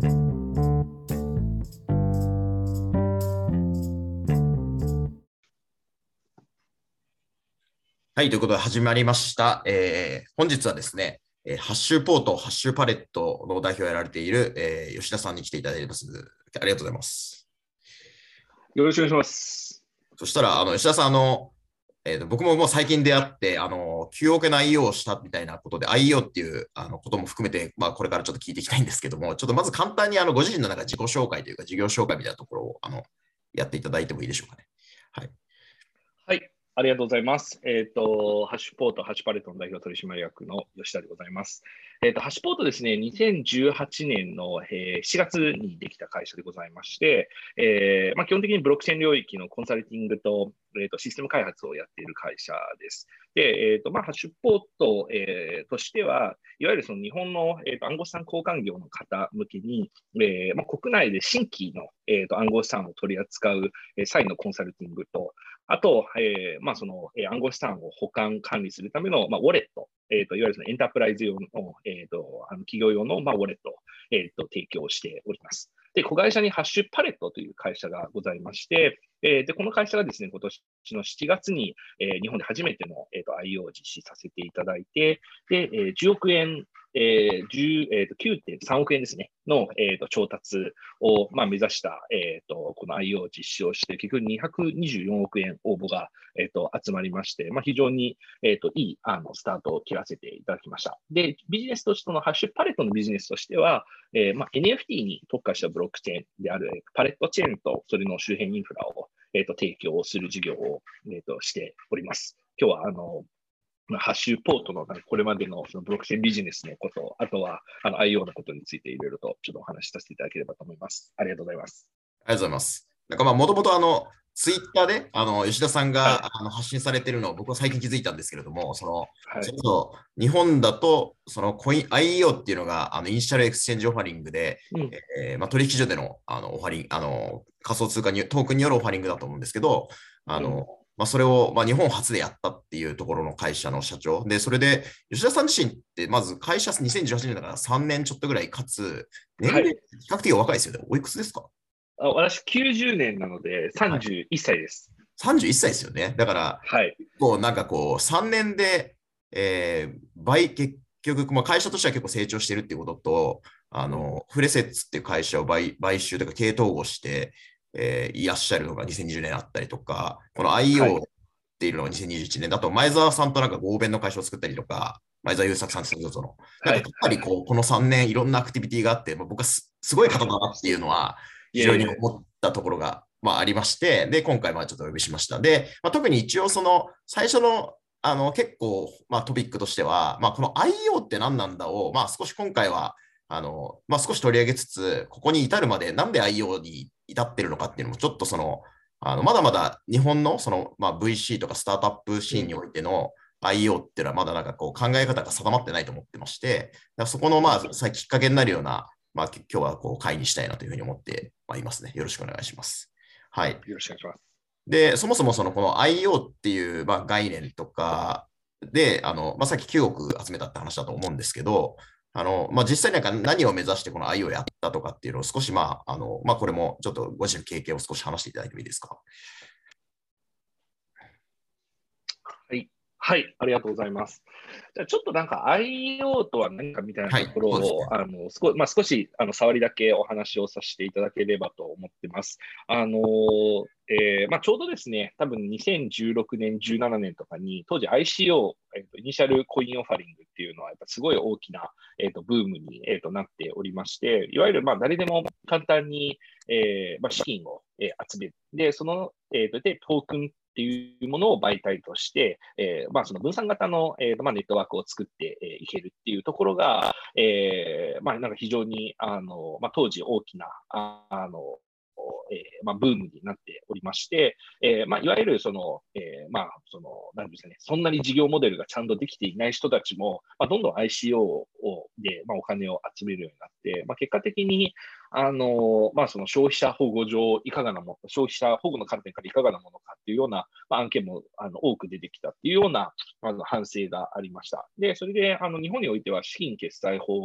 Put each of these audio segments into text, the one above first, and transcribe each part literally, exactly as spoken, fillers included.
はい、ということで始まりました。えー本日はですね、えーハッシュポート、ハッシュパレットの代表をやられている、えー吉田さんに来ていただいています。ありがとうございます。 よろしくお願いします。 そしたら、あの吉田さん、あの、えーと僕ももう最近出会って、あの、きゅうおく円 アイイーオー をしたみたいなことで、アイイーオー っていうあのことも含めて、まあ、これからちょっと聞いていきたいんですけども、ちょっとまず簡単にあのご自身のなんか自己紹介というか、事業紹介みたいなところをあのやっていただいてもいいでしょうかね。はい。 はい、ありがとうございます。えっ、と、ハッシュポート、ハッシュパレットの代表取締役の吉田でございます。えっ、と、ハッシュポートですね、にせんじゅうはちねんの、えーしがつにできた会社でございまして、えーまあ、基本的にブロックチェーン領域のコンサルティングと、えーとシステム開発をやっている会社です。で、えっ、と、まあ、ハッシュポート、えーとしては、いわゆるその日本の、えーと暗号資産交換業の方向けに、えーまあ、国内で新規の、えーと暗号資産を取り扱う、えー際のコンサルティングと、あと、えーまあ、その、えー暗号資産を保管管理するための、まあ、ウォレット、えーと、いわゆるそのエンタープライズ用の、えーと、あの企業用の、まあ、ウォレットを、えーと、提供しております。で、子会社にハッシュパレットという会社がございまして、えーで、この会社がですね、今年のしちがつに、えー日本で初めての、えーと アイイーオー を実施させていただいて、で、えーじゅうおくえん、えーじゅうえーときゅうてんさんおく円ですね、の、えーと調達を、まあ、目指した、えーとこの アイイーオー を実施をして、結局にひゃくにじゅうよんおく円応募が、えーと集まりまして、まあ、非常に、えーといいあのスタートを切らせていただきました。で、ビジネスとしてのハッシュパレットのビジネスとしては、えーまあ、エヌエフティー に特化したブロックチェーンであるパレットチェーンとそれの周辺インフラを、えーと提供する事業を、えーとしております。今日はあのハッシュポートのこれまでのそのブロックチェーンビジネスのこと、あとはあの アイイーオー のことについていろいろとちょっとお話しさせていただければと思います。ありがとうございます。 ありがとうございます。なんかまあ、もともとあの、ツイッターで、あの、吉田さんはい。 があの発信されているのを僕は最近気づいたんですけれども、その、 はい。 それこそ日本だと、そのコイン、アイイーオー っていうのが、あの、イニシャルエクスチェンジオファリングで、 うん。 えーまあ、取引所での、あの、オファリング、あの、仮想通貨に、トークンによるオファリングだと思うんですけど、あうん。 の、まあ、それを、まあ、日本初でやったっていうところの会社の社長。で、それで、吉田さん自身って、まず会社にせんじゅうはちねんだからさんねんちょっとぐらい、かつ、年齢、 はい。 比較的お若いですよね。おいくつですか？ あ私きゅうじゅうねんなのではい。 さんじゅういっさいです。 さんじゅういっさいですよね。だから、 はい。 こう、なんかこう、さんねんで、えー倍、結局、まあ、会社としては結構成長してるっていうことと、あうん。 の、フレセッツっていう会社を買買収というか、系統合して、えーいらっしゃるのがにせんにじゅうねんあったりとか、このはアイイーオー っい。 ていうのがにせんにじゅういちねんだと、前澤さんとなんか合弁の会社を作ったりとか、前澤友作さんってその、なんはい。 かやっぱはい。 りこう、このさんねんいろんなアクティビティがあって、まあ、僕はすすごい方だなっていうのは、非常にいえいえ。 思ったところが、まあ、ありまして、で、今回、まあ、ちょっとお呼びしました。で、まあ、特に一応、その、最初の、あの、結構、まあ、トピックとしては、まあ、この アイイーオー って何なんだを、まあ、少し今回は、あの、まあ、少し取り上げつつ、ここに至るまで、なんで アイイーオー に至ってるのかっていうのも、ちょっとその、あのまだまだ日本のその、まあ、ブイシー とかスタートアップシーンにうん。 おいての アイイーオー っていうのはまだなんかこう考え方が定まってないと思ってまして、だからそこのまあ、 うん。 さきっかけになるような、まあ、今日はこう会にしたいなというふうに思ってまいりますね。よろしくお願いします。はい。 よろしくお願いします。 で、そもそもそのこの アイイーオー っていう、まあ、概念とかで、あの、まあ、さっききゅうおく集めたって話だと思うんですけど、あの、まあ、実際なんか何を目指してこの アイイーオー をやったとかっていうのを少し、まあ、あの、まあ、これもちょっとご自身の経験を少し話していただいてもいいですか？ はい。はい。ありがとうございます。じゃあちょっとなんか アイイーオー とは何かみたいなはい、 ところを、 そうですね。 あの、少、まあ、少し、あの、触りだけお話をさせていただければと思ってます。あの、えーまあ、ちょうどですね、多分にせんじゅうろくねん、じゅうななねんとかに、当時 アイシーオー、えっと、イニシャルコインオファリングっていうのは、やっぱすごい大きな、えっと、ブームに、えっと、なっておりまして、いわゆる、まあ、誰でも簡単に、えーまあ、資金を、えー集める。で、その、えっと、で、トークンっていうものを媒体として、えーまあ、その分散型の、えーとまあ、ネットワークを作ってい、えーいけるっていうところが、えーまあ、なんか非常にあの、まあ、当時大きなああの、えーまあ、ブームになっておりまして、えーまあ、いわゆるその、えーまあ、その、なんですかね、そんなに事業モデルがちゃんとできていない人たちも、まあ、どんどん アイシーオー をで、まあ、お金を集めるようになって、まあ、結果的に、あの、まあ、その消費者保護上、いかがなもの、消費者保護の観点からいかがなものかっていうような、まあ、案件もあの多く出てきたっていうようなあの反省がありました。で、それであの日本においては資金決済法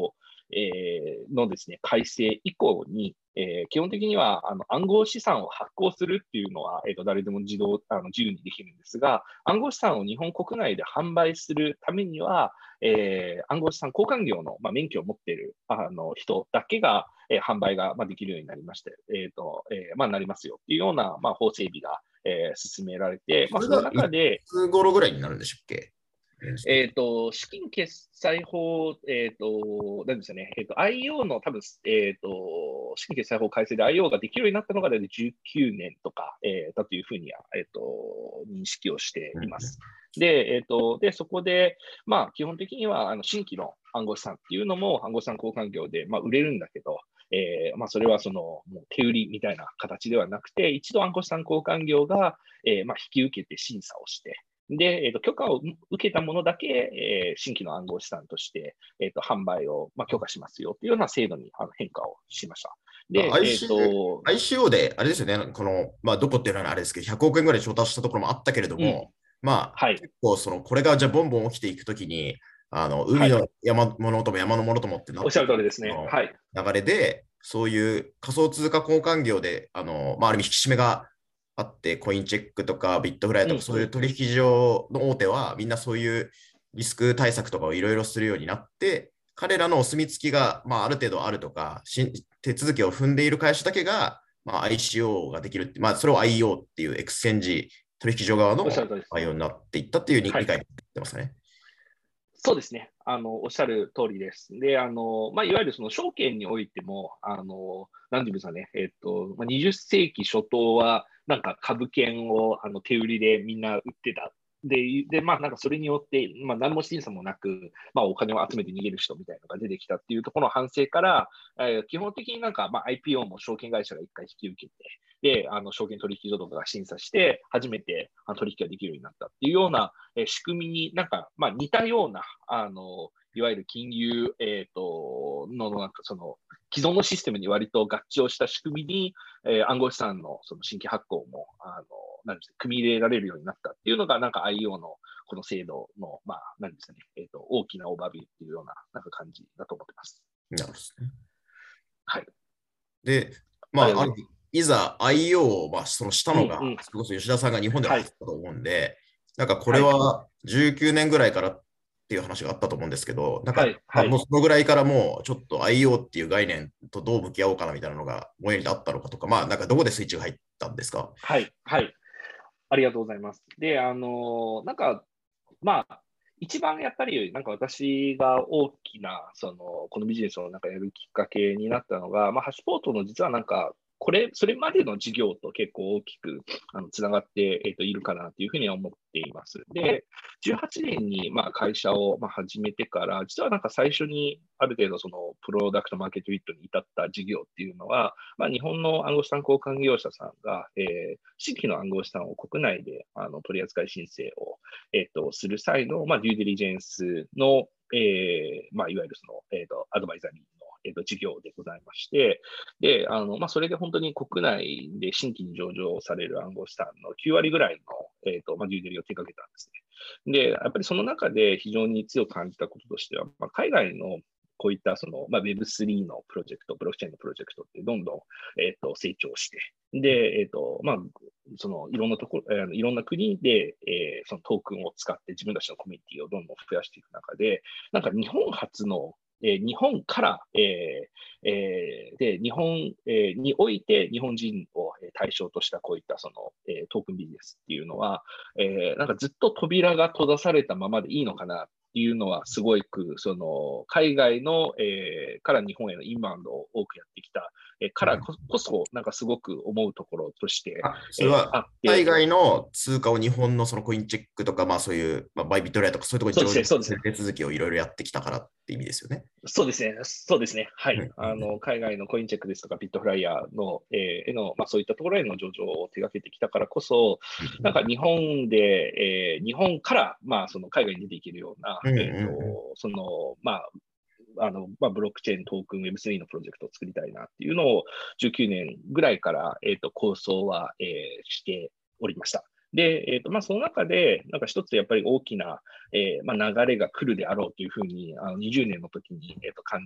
えーのですね、改正以降に、えー基本的にはあの暗号資産を発行するっていうのは、えーと、誰でも自動あの自由にできるんですが、暗号資産を日本国内で販売するためには、えー暗号資産交換業の、まあ、免許を持っているあの人だけが、えー販売が、まあ、できるようになりまして、えーとえーまあ、なりますよっていうような、まあ、法整備が、えー進められて、まあ、そのそれがい中で、 つ頃ぐらいになるんでしたっけ？現時的に。 えっと、資金決済法、えっと、なんですよね、えっと、アイオー の多分、えっと、資金決済法改正で アイオー ができるようになったのが大体じゅうきゅうねんとか、えーだというふうには、えっと、認識をしてうんうん。 います。で、えっと、で、そこで、まあ、基本的には、あの、新規の暗号資産っていうのも暗号資産交換業で、まあ、売れるんだけど、えーまあ、それはその、もう手売りみたいな形ではなくて、一度暗号資産交換業が、えーまあ、引き受けて審査をして、で、えーと、許可を受けたものだけ、えー新規の暗号資産として、えーと、販売を、まあ、許可しますよというような制度にあの変化をしました。で、えっアイシー、 と、 アイシーオー で、あれですよね、この、まあ、どこっていうのはあれですけど、ひゃくおくえんぐらい調達したところもあったけれどうん、 も、まあ、 はい、 結構、その、これがじゃあ、ボンボン起きていくときに、あの、海はい、 の山物とも山のものともってなおっしゃるっていく通りですね。 のはい、 流れで、そういう仮想通貨交換業で、あの、まあ、ある意味引き締めがあって、コインチェックとかビットフライとか、 うん、うん、 そういう取引所の大手は、みんなそういうリスク対策とかをいろいろするようになって、彼らのお墨付きが、まあ、ある程度あるとか、手続きを踏んでいる会社だけが、まあ、アイシーオー ができるって、まあ、それを アイオー っていうエクスチェンジ取引所側のおっしゃる通りです。 アイオー になっていったっていう理はい。 解をってますね。 そうですね。あの、おっしゃる通りです。で、あの、まあ、いわゆるその証券においても、あの、なんていうんですかね、えっと、まあ、にじゅっせいき初頭は、なんか株券をあの手売りでみんな売ってた。で、で、まあ、なんかそれによって、まあ、何も審査もなく、まあ、お金を集めて逃げる人みたいなのが出てきたっていうところの反省から、えー基本的になんか、まあ、アイピーオー も証券会社が一回引き受けて、で、あの、証券取引所とかが審査して、初めてあの取引ができるようになったっていうような、えー仕組みになんか、まあ、似たような、あの、いわゆる金融、えっ、と、の、なんかその、既存のシステムに割と合致をした仕組みに、えー暗号資産のその新規発行も、あの、なんですか、組み入れられるようになったっていうのが、なんか アイオー のこの制度の、まあ、なんですかね、えっ、と、大きなオーバービューっていうような、なんか感じだと思ってます。 なるほどですね。 はい。 で、まあ、あるありがとうございます。 いざ アイオー を、まあ、そのしたのが、 うんうん。 それこそ吉田さんが日本でははい。 初だと思うんで、なんかこれはい。 はじゅうきゅうねんぐらいからっていう話があったと思うんですけど、なんか、 はい。 まあ、 はい。 もうそのぐらいからもうちょっと アイオー っていう概念とどう向き合おうかなみたいなのが思いにあったのかとか、まあ、なんかどこでスイッチが入ったんですか？ はい。はい。ありがとうございます。で、あの、なんか、まあ、一番やっぱり、なんか私が大きな、その、このビジネスをなんかやるきっかけになったのが、まあ、ハッシュポートの実はなんか、これ、それまでの事業と結構大きくあのつながって、えっといるかなというふうには思っています。で、じゅうはちねんにまあ会社をまあ始めてから、実はなんか最初にある程度そのプロダクトマーケットフィットに至った事業っていうのは、まあ、日本の暗号資産交換業者さんが、えー新規の暗号資産を国内であの取扱い申請をえっと、する際の、まあ、デューデリジェンスの、えーまあ、いわゆるその、えっと、アドバイザリーの、えっと、事業でございまして、で、あの、まあ、それで本当に国内で新規に上場される暗号資産のきゅうわりぐらいの、えっと、まあ、デューデリを手掛けたんですね。で、やっぱりその中で非常に強く感じたこととしては、まあ、海外のこういったその、まあ、ウェブスリー のプロジェクト、ブロックチェーンのプロジェクトってどんどん、えっと、成長して、で、えっと、まあ、そのいろんなところ、えーいろんな国で、えーそのトークンを使って自分たちのコミュニティをどんどん増やしていく中で、なんか日本初の、えー日本から、えーえーで、日本、えーにおいて日本人を対象としたこういったその、えートークンビジネスっていうのは、えーなんかずっと扉が閉ざされたままでいいのかなっていうのは、すごく、その、海外の、えーから日本へのインバウンドを多くやってきた、えーからここそ、なんかすごく思うところとして、 あ、それえーあはって、 海外の通貨を日本のそのコインチェックとか、まあそういう、まあ、バイビットレアとかそういうところにそうですね、 上場そうですね。 する手続きをいろいろやってきたからって意味ですよね。 そうですね、そうですね。はうんい。 うんうん。 あの、海外のコインチェックですとか、ビットフライヤーの、えーへの、まあ、そういったところへの上場を手掛けてきたからこそ、なんか日本で、えー日本から、まあ、その海外に出ていけるような、 うんうんえっと、 うん。 その、まあ、あの、まあ、ブロックチェーン、トークン、ウェブスリー のプロジェクトを作りたいなっていうのを、じゅうきゅうねんぐらいから、えっと、構想は、えーしておりました。で、えっと、まあ、その中で、なんか一つやっぱり大きな、えーまあ、流れが来るであろうというふうに、あのにじゅうねんの時に、えっと、感じ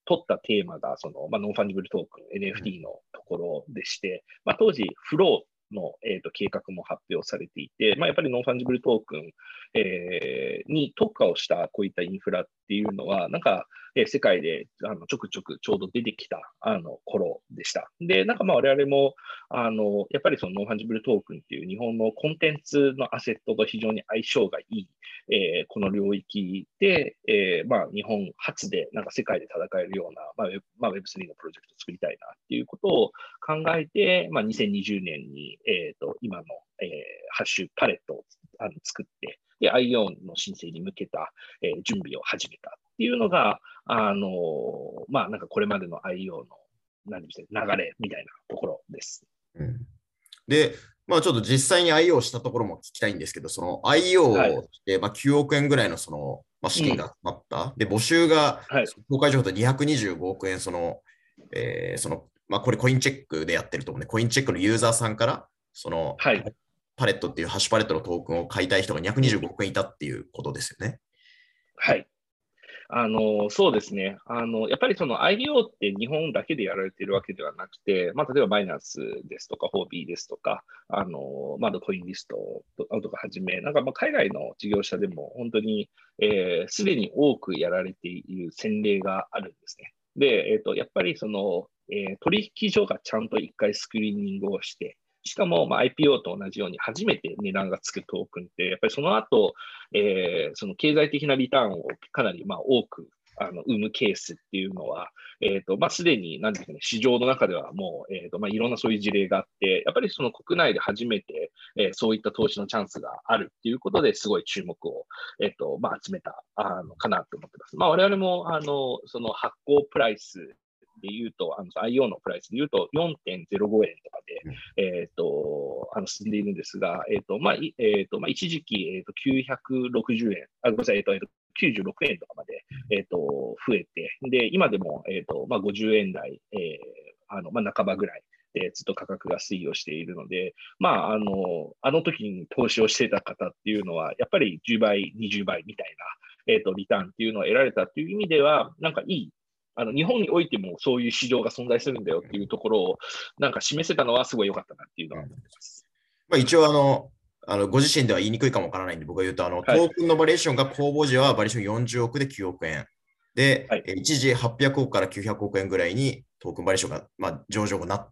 取ったテーマが、その、まあ、ノンファンジブルトークン、エヌエフティー のところでして、まあ、当時、フロー、の、えーと、計画も発表されていて、まあ、やっぱりノンファンジブルトークン、えーに特化をしたこういったインフラっていうのは、なんか、えー世界であのちょくちょくちょうど出てきたあの頃でした。で、なんかまあ我々もあのやっぱりそのノンファンジブルトークンっていう日本のコンテンツのアセットと非常に相性がいい、えーこの領域で、えーまあ、日本初でなんか世界で戦えるような、まあウェブまあ、ウェブスリー のプロジェクトを作りたいなっていうことを考えて、まあ、にせんにじゅうねんに、えー、と今の、えーハッシュパレットをあの作って、で アイオー の申請に向けた、えー準備を始めたっていうのが、あのまあ、なんかこれまでの アイオー の何でしょう流れみたいなところです。 うん、で、まあ、ちょっと実際に アイオー したところも聞きたいんですけど、そのはい。 アイオー で、まあ、きゅうおくえんぐらいのその、まあ、資うん。 金が集まった。で、募集がはい。 公開情報でにひゃくにじゅうごおく円、その、えーその、まあ、これコインチェックでやってると思うんで、コインチェックのユーザーさんから、そのはい。 パレットっていうハッシュパレットのトークンを買いたい人が225 うん。 億円いたっていうことですよね。 はい。あの、そうですね。あの、やっぱりその アイオー って日本だけでやられているわけではなくて、まあ、例えばバイナンスですとか、フォービー ですとか、あの、まあ、あとコインリストとかはじめ、なんかまあ海外の事業者でも本当に、えー、すでに多くやられている先例があるんですね。で、えっと、やっぱりその、えー取引所がちゃんと一回スクリーニングをして、しかも、まあ、アイピーオー と同じように初めて値段がつくトークンって、やっぱりその後、えーその経済的なリターンをかなりまあ多くあの生むケースっていうのは、えーとまあ、すでに何ですかね、市場の中ではもう、えーとまあ、いろんなそういう事例があって、やっぱりその国内で初めて、えーそういった投資のチャンスがあるっていうことですごい注目を、えーとまあ、集めたあのかなと思ってます。まあ、我々もあのその発行プライスで言うと、あの アイオー のプライスで言うとよんてんゼロごえんとかで、えっ、と、あの進んでいるんですが、えっ、と、まあ、いえっ、と、まあ、一時期、えっ、と、きゅうひゃくろくじゅうえん、あ、ごめんなさい、えっ、と、えっときゅうじゅうろくえんとかまで、えっ、と、増えて、で、今でも、えっ、と、まあ、ごじゅうえん台、えー、あの、まあ、半ばぐらい、で、ずっと価格が推移をしているので、まあ、あの、あの時に投資をしていた方っていうのは、やっぱりじゅうばい、にじゅうばいみたいな、えっ、と、リターンっていうのを得られたっていう意味では、なんかいいあの日本においてもそういう市場が存在するんだよっていうところをなんか示せたのはすごい良かったなっていうのは思ってます。 まあ、一応あの、あのご自身では言いにくいかもわからないんで、僕が言うと、あのはい。 トークンのバリエーションが公募時はバリエーションよんじゅうおくできゅうおく円。で、 はい。 一時はっぴゃくおくからきゅうひゃくおく円ぐらいにトークンバリエーションが、まあ、上場になって、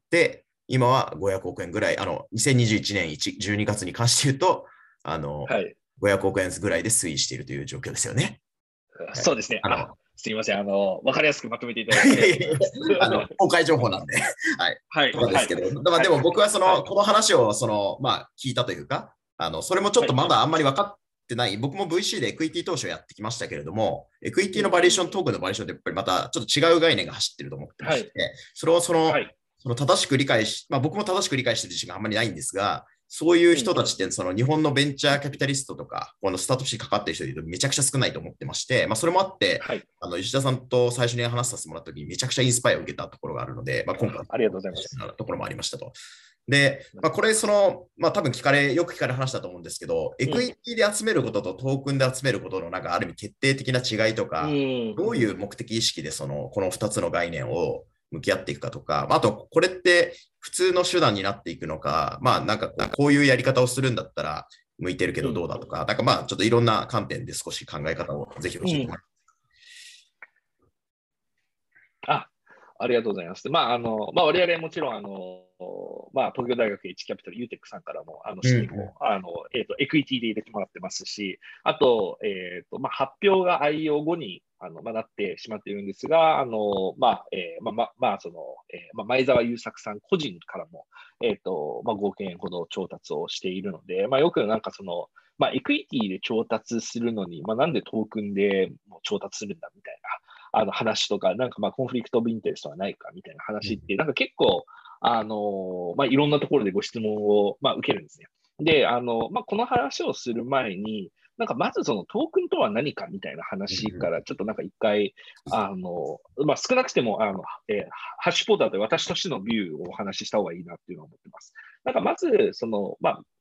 今はごひゃくおく円ぐらい、あのにせんにじゅういちねんじゅうにがつに関して言うと、あのはい。 ごひゃくおく円ぐらいで推移しているという状況ですよね。はい、 そうですね。あ、 あのすみません。あの、わかりやすくまとめていただいてありがとうございます。 あの公開情報なんで、はい、 はい。 とかではい。 すけど、まあ、 はい。 でも僕はそはい。 のこの話をその、まあ、聞いたというか、あのそれもちょっはい。 とまだあんまり分かってない、僕も ブイシー でエクイティ投資をやってきましたけれども、エクイティのうん。 バリエーション、トークンのバリエーションってやっぱりまたちょっと違う概念が走ってると思ってまはい。 して、それをそのはい。 その正しく理解し、まあ、僕も正しく理解してる自信があんまりないんですが、そういううん。 人たちってその日本のベンチャーキャピタリストとか、このスタートアップに関わってる人でいうとめちゃくちゃ少ないと思ってまして、まあ、それもあって、 はい。 あの石田さんと最初に話させてもらった時にめちゃくちゃインスパイアを受けたところがあるので、まあ、今回ありがとうございます。 なところもありましたと。で、まあ、これ、その、まあ、多分聞かれ、よく聞かれる話だと思うんですけど、エうん。 クイティで集めることとトークンで集めることの、なんか、ある意味決定的な違いとうか、 ん。 どういう目的意識で、その、このふたつの概念を向き合っていくかとか、あと、これって普通の手段になっていくのか、まあ、なんかこう、こういうやり方をするんだったら、向いてるけどうん。 どうだとか、なんかまあ、ちょっといろんな観点で少し考え方をぜひ教うん。 えてもらいあ、ありがとうございます。まあ、あの、まあ、我々もちろん、あの、まあ、東京大学 H キャピタルユーテックさんからも、あの、 うん資金を、あの、えっと、エクイティで入れてもらってますし、あと、えっと、まあ、発表が アイオーご に、あの、まあ、なってしまっているんですが、あの、まあ、えーまあ、まあ、まあ、その、えーまあ、前澤友作さん個人からも、えっと、まあ、ごおくえんほど調達をしているので、まあ、よくなんかその、まあ、エクイティで調達するのに、まあ、なんでトークンでもう調達するんだみたいな、あの話とか、なんかまあコンフリクトオブインテレストはないかみたいな話って、なんか結構、あのまあ、いろんなところでご質問を、まあ、受けるんですね。で、あのまあ、この話をする前に、なんかまずそのトークンとは何かみたいな話から、ちょっとなんか一回、あのまあ、少なくてもあの、えーハッシュポーターで私としてのビューをお話しした方がいいなっていうのを思ってます。なんかまず、その、まあ、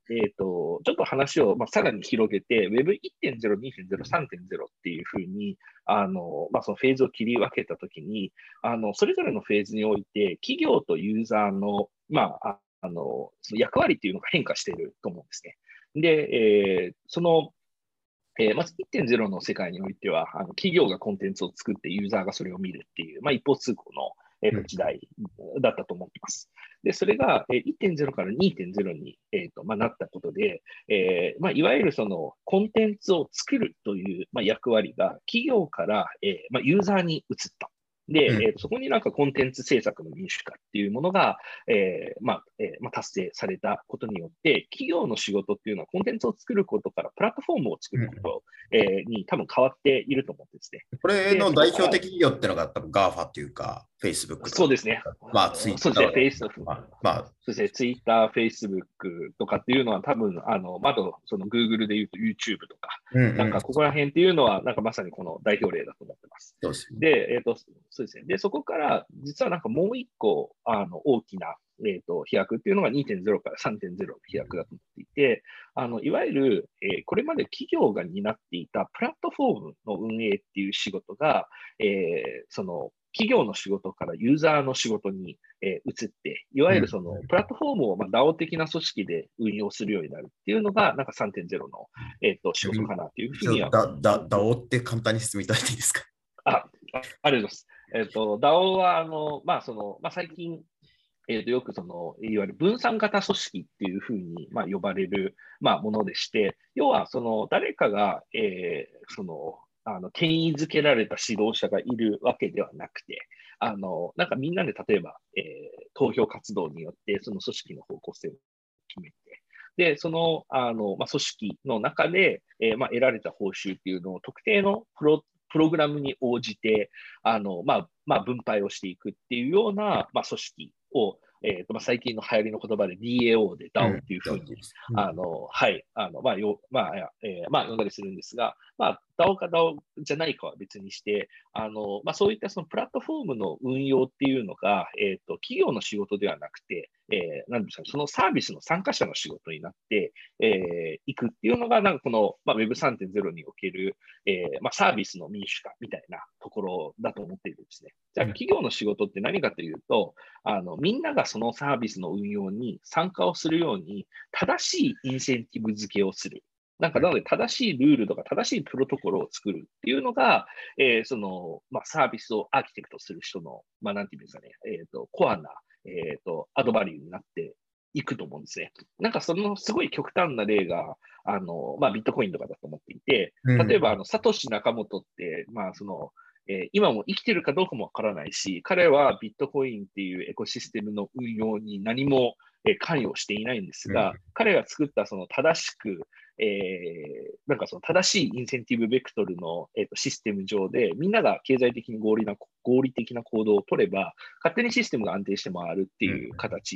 えっと、ちょっと話を、まあ、さらに広げて、Webいってんゼロ、にてんゼロ、さんてんゼロ っていうふうに、あの、まあ、そのフェーズを切り分けたときに、あの、それぞれのフェーズにおいて、企業とユーザーの、まあ、あの、その役割っていうのが変化していると思うんですね。で、えーその、えーまずいってんゼロの世界においては、あの企業がコンテンツを作ってユーザーがそれを見るっていう、まあ、一方通行の、えーと時代だったと思っています。で、それが、えーいってんゼロからにてんゼロに、えーとまあ、なったことで、えーまあ、いわゆるそのコンテンツを作るという、まあ、役割が企業から、えーまあ、ユーザーに移った。で、 うん。 えーとそこになんかコンテンツ制作の民主化っていうものが、えーまあえーまあ、達成されたことによって、企業の仕事っていうのはコンテンツを作ることからプラットフォームを作ることえーに多分変わっていると思うんですね。 これで、 の代そこから、 表的企業ってのが多分 ガーファ っていうか、Facebook とか、 そうですね。 まあ、ツイッそうですね。 ターとか、 フェイス、 まあ、まあ、 そうですね。ツイッター、フェイスブックとかっていうのは多分、あの、まだその Google で言うと YouTube とか、 うんうん。 なんかここら辺っていうのは、なんかまさにこの代表例だと思ってます。 そうですね。 で、えっ、と、そうですね。で、そこから、実はなんかもう一個、あの、大きな、えっ、と、飛躍っていうのがにてんゼロからさんてんゼロの飛躍だと思っていて、あの、いわゆる、えーこれまで企業が担っていたプラットフォームの運営っていう仕事が、えーその、企業の仕事からユーザーの仕事に、えー移って、いわうん。 ゆるそのプラットフォームを、まあ、ダオ 的な組織で運用するようになるっていうのが、なんかさんてんゼロの、えーと仕事かなというふうにはちょっとだ、だ、ダオって簡単に説明いただいていいですか？ あ、あありがとうございます。えっ、と、ダオ は、あの、まあ、その、まあ、最近、えっ、と、よくその、いわゆる分散型組織っていうふうに、まあ、呼ばれる、まあ、ものでして、要は、その、誰かが、えーその、あの、権威づけられた指導者がいるわけではなくて、あの、なんかみんなで例えば、えー投票活動によって、その組織の方向性を決めて、で、その、あの、まあ、組織の中で、えーまあ、得られた報酬っていうのを特定のプロプログラムに応じて、あの、まあ、まあ、分配をしていくっていうような、まあ、組織を、えーとまあ、最近の流行りの言葉で ディーエーオー でうダオ っん。 ていうふうに、 ダオです。うん。 あの、はい、あの、まあ、よ、まあ、えーまあ、呼んだりするんですが、まあ、ダオ かダオじゃないかは別にして、あの、まあ、そういったそのプラットフォームの運用っていうのが、えっと、企業の仕事ではなくて、えー、なんですか、そのサービスの参加者の仕事になって、えー、いくっていうのが、なんかこの、まあ、Webさんてんゼロ における、えーまあ、サービスの民主化みたいなところだと思っているんですね。じゃあ、企業の仕事って何かというと、あの、みんながそのサービスの運用に参加をするように、正しいインセンティブ付けをする。なんか、なので、正しいルールとか正しいプロトコルを作るっていうのが、えーその、まあ、サービスをアーキテクトする人の、まあ、なんていうんですかね、えっ、と、コアな、えっ、と、アドバリューになっていくと思うんですね。なんか、そのすごい極端な例が、あの、まあ、ビットコインとかだと思っていて、 うん。 例えば、あの、サトシ・ナカモトって、まあ、その、えー今も生きてるかどうかもわからないし、彼はビットコインっていうエコシステムの運用に何も、えー関与していないんですうん。 が、彼が作ったその正しく、えーなんかその正しいインセンティブベクトルの、えーとシステム上で、みんなが経済的に合理な合理的な行動を取れば、勝手にシステムが安定して回るってうん。 いう形って、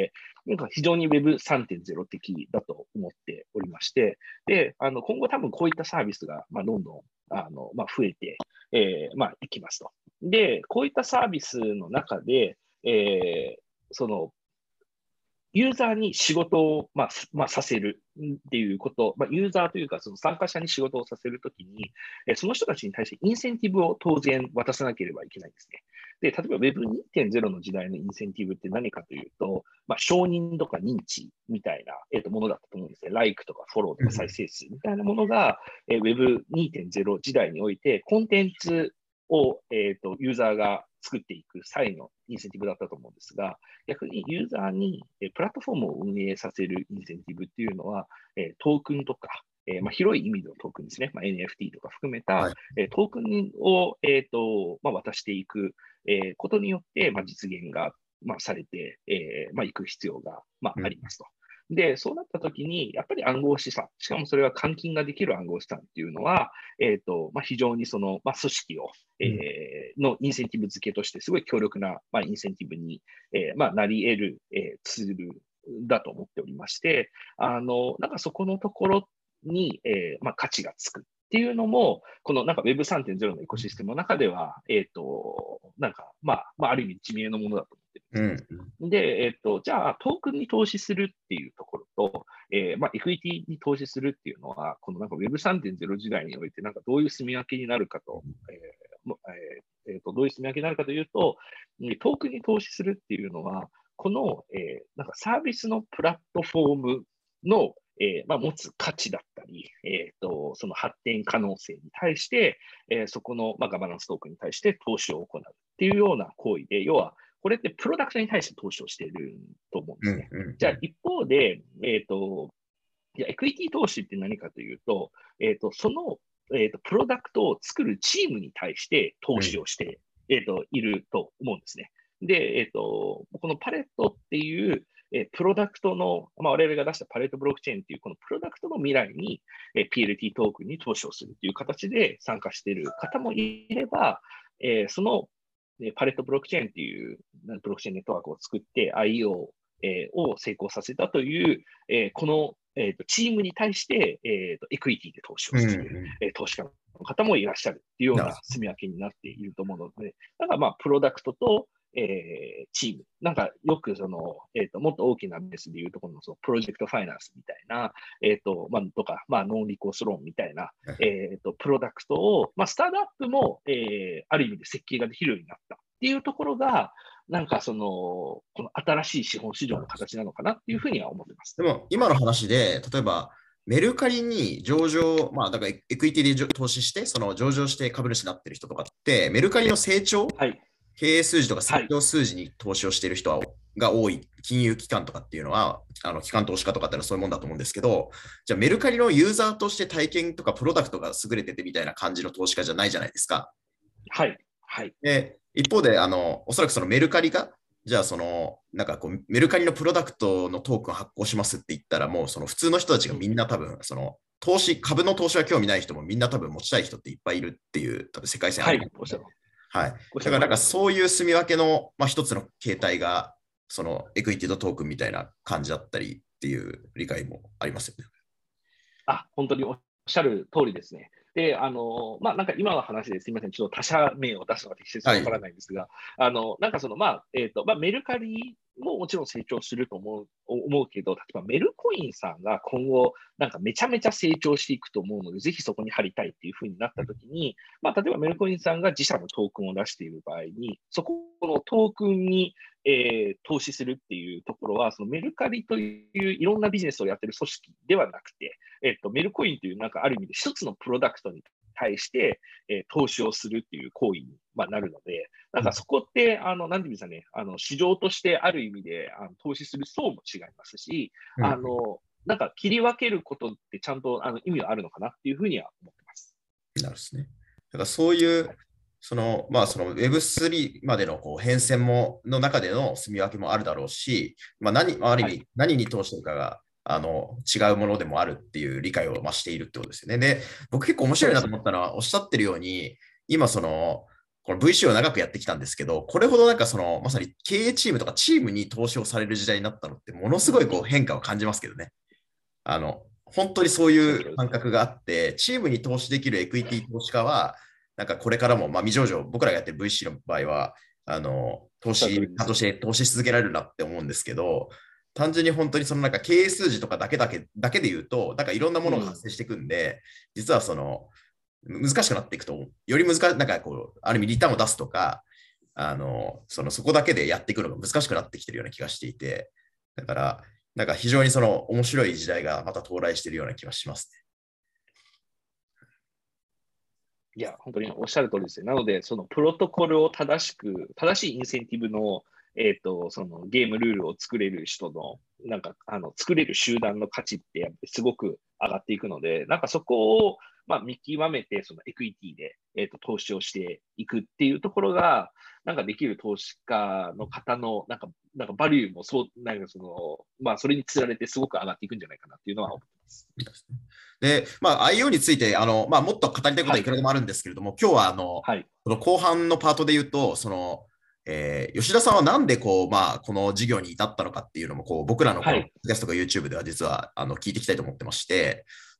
なんか非常に Webさんてんゼロ 的だと思っておりまして、で、あの今後多分こういったサービスが、まあ、どんどんあの、まあ、増えて、えーまあ、いきますと。で、こういったサービスの中で、えーそのユーザーに仕事を、まあまあ、させるっていうこと、まあ、ユーザーというか、その参加者に仕事をさせるときに、えその人たちに対してインセンティブを当然渡さなければいけないんですね。で、例えば ウェブにてんゼロ の時代のインセンティブって何かというと、まあ、承認とか認知みたいな、えー、とものだったと思うんですね。like とかフォローとか再生数みたいなものが、えー、ウェブにてんゼロ 時代において、コンテンツを、えー、とユーザーが作っていく際のインセンティブだったと思うんですが、逆にユーザーにえプラットフォームを運営させるインセンティブっていうのは、えトークンとか、えまあ、広い意味でのトークンですね、まあ、エヌエフティー とか含めた、 はい。 えトークンを、えーとまあ、渡していく、えことによって、まあ、実現が、まあ、されてい、えーまあ、く必要が、まあ、 うん。 ありますと。で、そうなったときに、やっぱり暗号資産、しかもそれは換金ができる暗号資産っていうのは、えっ、と、まあ、非常にその、まあ、組織を、 うん。 えーのインセンティブ付けとして、すごい強力な、まあ、インセンティブに、えーまあ、なり得る、えーツールだと思っておりまして、あの、なんかそこのところに、えーまあ、価値がつくっていうのも、このなんか ウェブさんてんゼロ のエコシステムの中では、えっ、と、なんか、まあ、まあ、ある意味、地名のものだと思ってるんですね。 うん。 で、えっと、じゃあ、トークンに投資するっていうところと、 えーまあ、エクイティに投資するっていうのは、このなんか ウェブさんてんゼロ 時代において、なんかどういう住み分けになるかと、えーもえーえーとどういう住み分けになるかというと、トークンに投資するっていうのは、この、えーなんかサービスのプラットフォームの、えーまあ、持つ価値だったり、えーと、その発展可能性に対して、えーそこの、まあ、ガバナンストークンに対して投資を行うっていうような行為で、要は、これってプロダクトに対して投資をしていると思うんですね。 うんうんうん、 じゃあ、一方で、えっ、と、いやエクイティ投資って何かというと、えっ、と、その、えっ、と、プロダクトを作るチームに対して投資をして、えっ、と、いると思うんですね。で、えっ、と、このパレットっていう、えープロダクトの、まあ、我々が出したパレットブロックチェーンっていう、このプロダクトの未来に、えー ピーエルティー トークンに投資をするっていう形で参加している方もいれば、えーそのでパレットブロックチェーンっていうブロックチェーンネットワークを作って アイイーオー、えーを成功させたという、えーこの、えーとチームに対して、えーとエクイティで投資をうんうしている、 ん、 えー投資家の方もいらっしゃるっていうようなるほな住み分けになっていると思うので、だからまあ、プロダクトと、えーチーム、なんかよくその、えーともっと大きなベースでいうところのそのプロジェクトファイナンスみたいな、えーとまあ、とか、まあ、ノンリコースローンみたいな、 ど。 えーとプロダクトを、まあ、スタートアップも、えーある意味で設計ができるようになったっていうところが、なんかその、この新しい資本市場の形なのかなっていうふうには思ってます。 でも今の話で、例えばメルカリに上場、まあだからエクイティでじょ投資して、その上場して株主になってる人とかって、メルカリの成長、 はい。 経営数字とか成はい。 長数字に投資をしている人はが多い金融機関とかっていうのは、あの機関投資家とかってのはそういうもんだと思うんですけど、じゃあメルカリのユーザーとして体験とかプロダクトが優れててみたいな感じの投資家じゃないじゃないですか。 はい。はい。 で、一方で、あの、おそらくそのメルカリが、じゃあその、なんかこう、メルカリのプロダクトのトークン発行しますって言ったら、もうその普通の人たちがみんな多分、その、投資、株の投資は興味ない人もみんな多分持ちたい人っていっぱいいるっていう、多分世界線あはい。 りますね。 おっしゃる。 はい。 おっしゃだからなんかる通りです。 そういう住み分けの、まあ、一つの形態が、そのエクイティとトークンみたいな感じだったりっていう理解もありますよね。 あ、本当におっしゃる通りですね。で、あの、まあ、なんか今の話ですみません、ちょっと他社名を出すのが適切かわからはい。 ないんですが、あの、なんかその、まあ、えっと、まあ、メルカリももちろん成長すると思う、思うけど、例えばメルコインさんが今後、なんかめちゃめちゃ成長していくと思うので、ぜひそこに入りたいっていうふうになったときに、まあ、例えばメルコインさんが自社のトークンを出している場合に、そこのトークンに、えー投資するっていうところは、そのメルカリといういろんなビジネスをやってる組織ではなくて、えっと、メルコインというなんかある意味で一つのプロダクトに対して、えー投資をするっていう行為に、まあ、なるので、なんかそこって、あの、なんていうんですかね、あの、市場としてある意味であの投資する層も違いますし、 うん、 あの、なんか切り分けることってちゃんとあの意味があるのかなっていうふうには思ってます。 なるですね。だからそういう、 はい。 その、まあ、その ウェブスリー までのこう変遷も、の中での住み分けもあるだろうし、まあ、何、ある意はい。 味、何に通してるかが、あの、違うものでもあるっていう理解を増しているってことですよね。で、僕結構面白いなとそうですね。 思ったのは、おっしゃってるように、今その、この ブイシー を長くやってきたんですけど、これほどなんかその、まさに経営チームとかチームに投資をされる時代になったのって、ものすごいこう変化を感じますけどね。あの、本当にそうおっしゃるいう通りですね。 感覚があって、チームに投資できるエクイティ投資家は、なんかこれからも、まあ、未上場、僕らがやってる ブイシー の場合は、あの、投おっしゃる通資、 りです。 ちゃんとして投資し続けられるなって思うんですけど、単純に本当にそのなんか経営数字とかだけだけだけで言うと、なんかいろんなものが発うん。 生していくんで、実はその、難しくなっていくと、より難しい、なんかこう、ある意味リターンを出すとか、あの、そのそこだけでやっていくのが難しくなってきてるような気がしていて、だから、なんか非常にその面白い時代がまた到来しているような気がしますいや、本当におっしゃる通りですね。なので、そのプロトコルを正しく、正しいインセンティブの、えっと、そのゲームルールを作れる人の、なんか、あの、作れる集団の価値ってやっぱりすごく上がっていくので、なんかそこを、まあ、見極めて、そのエクイティで、えっと、投資をしていくっていうところが、なんかできる投資家の方の、なんか、なんかバリューもそう、なんかその、まあ、それにつられてすごく上がっていくんじゃないかなっていうのは思ってます。 ね。で、まあ、アイオー について、あの、まあ、もっと語りたいことはい。 はいくらでもあるんですけれども、今日は、あの、 はい。 その後半のパートで言うと、その、えー吉田さんはなんでこう、まあ、この事業に至ったのかっていうのも、こう、僕らのこの、ポッはい。 ドキャストとか YouTube では実は、あの、聞いていきたいと思ってまして、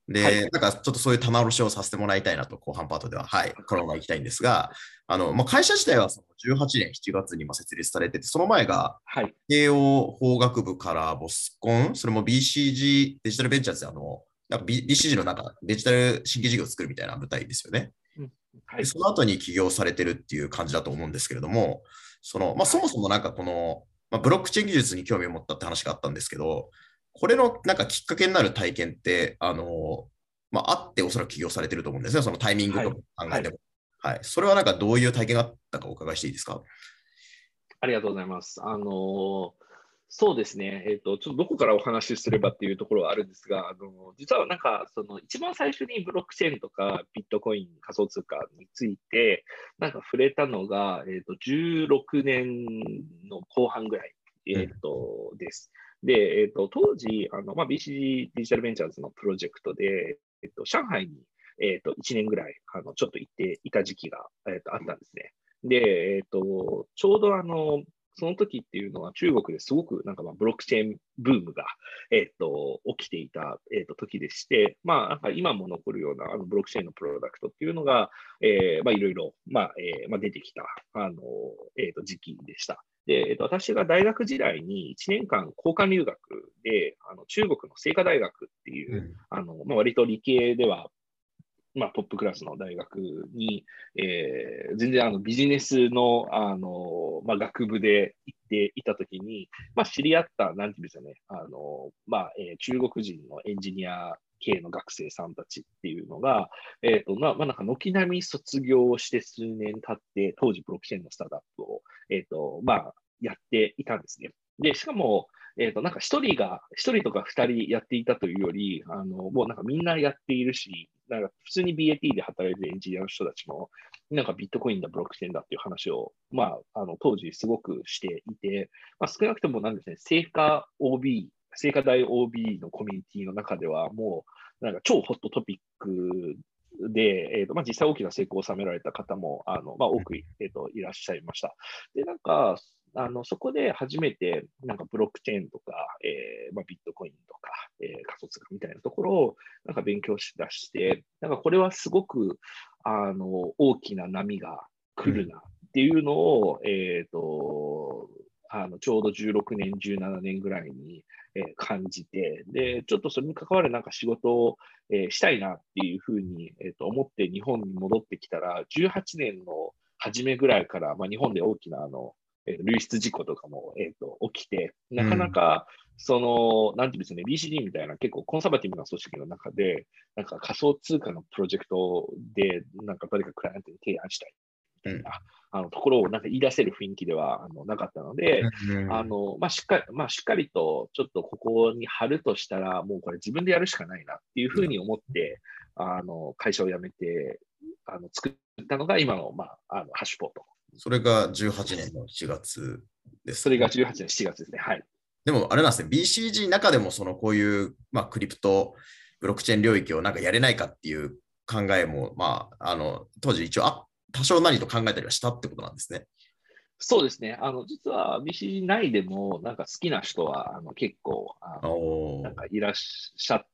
はい。 で、なんかちょっとそういう棚卸しをさせてもらいたいなと、後半パートでは、はい、このまま行きたいんですが、あの、まあ、会社自体はそのじゅうはちねんしちがつにまあ設立されてて、その前がはい。 慶応法学部からボスコン、それも ビーシージー デジタルベンチャーズであの、なんか B- ビーシージー の中デジタル新規事業を作るみたいな舞台ですよね。 うん。はで、 い。 その後に起業されてるっていう感じだと思うんですけれども、その、まあ、そはい。 もそもなんかこの、まあ、ブロックチェーン技術に興味を持ったって話があったんですけど、これのなんかきっかけになる体験って、あの、まあ、あっておそらく起業されてると思うんですね。そのタイミングはい。 とか考はい。 えても。はい。それはなんかどういう体験があったかお伺いしていいですか？ ありがとうございます。あのーそうですね。えっと、ちょっとどこからお話しすればっていうところはあるんですが、あの、実はなんか、その、一番最初にブロックチェーンとか、ビットコイン、仮想通貨について、なんか触れたのが、えっと、じゅうろくねんの後半ぐらい、 うん。 えっと、です。で、えっと、当時、あの、まあ、ビーシージー デジタルベンチャーズのプロジェクトで、えっと、上海に、えっと、いちねんぐらい、あの、ちょっと行っていた時期が、えっと、あったんですね。で、えっと、ちょうどあの、その時っていうのは中国ですごくなんかまあブロックチェーンブームが、えっと、起きていた、えっと、時でして、まあ、なんか今も残るようなあのブロックチェーンのプロダクトっていうのが、えー、まあいろいろ、まあ、えー、まあ出てきた、あの、えっと、時期でした。で、えっと、私が大学時代にいちねんかん交換留学で、あの中国の清華大学っていう、 うん。 あの、まあ、割と理系ではまあ、トップクラスの大学に、えー、全然あのビジネスの、あの、まあ、学部で行っていたときに、まあ、知り合った、なんていうんですかね、あの、まあ、えー、中国人のエンジニア系の学生さんたちっていうのが、えっ、ー、と、まあ、まあ、なんか軒並み卒業して数年経って、当時ブロックチェーンのスタートアップを、えっ、ー、と、まあ、やっていたんですね。で、しかも、えっ、ー、と、なんか一人が、一人とか二人やっていたというより、あの、もうなんかみんなやっているし、なんか普通に ビーエーティー で働いてるエンジニアの人たちも、なんかビットコインだ、ブロックチェーンだっていう話を、まあ、あの、当時すごくしていて、まあ、少なくともなんですね、成果 オービー、成果大 オービー のコミュニティの中では、もう、なんか超ホットトピックで、えーとまあ、実際大きな成功を収められた方も、あのまあ、多く、えーと、いらっしゃいました。で、なんか、あのそこで初めて、なんかブロックチェーンとか、えーまあ、ビットコインとか、えー、仮想通貨みたいなところをなんか勉強しだして、なんかこれはすごくあの大きな波がうん。 来るなっていうのを、えーと、あのちょうどじゅうろくねん、じゅうななねんぐらいに、えー感じて、で、ちょっとそれに関わるなんか仕事を、えーしたいなっていうふうに、えーと思って日本に戻ってきたら、じゅうはちねんの初めぐらいから、まあ、日本で大きなあの、えー流出事故とかも、えーと起きて、なかなうん。 か、その、なんていうんですかね、ビーシーディー みたいな結構コンサバティブな組織の中で、なんか仮想通貨のプロジェクトで、なんか誰かクライアントに提案したいみうん。 たいな、あのところをなんか言い出せる雰囲気ではあのなかったので、 うん。 あの、まあ、しっかり、まあ、しっかりと、ちょっとここに貼るとしたら、もうこれ自分でやるしかないなっていうふうに思って、あの、会社を辞めて、あの、作ったのが今の、まあ、あの、ハッシュポートそれが18 です。 年のしがつですそれがね。 じゅうはちねんしちがつですね。はい。 でも、あれなんですね、ビーシージー の中でも、その、こういう、まあ、クリプト、ブロックチェーン領域をなんかやれないかっていう考えも、まあ、あの、当時一応あ、多少何と考えたりはしたってことなんですね。 そうですね。あの、実は ビーシージー 内でも、なんか好きな人は、あの、結構、あおの、なんかお。 いらっしゃって、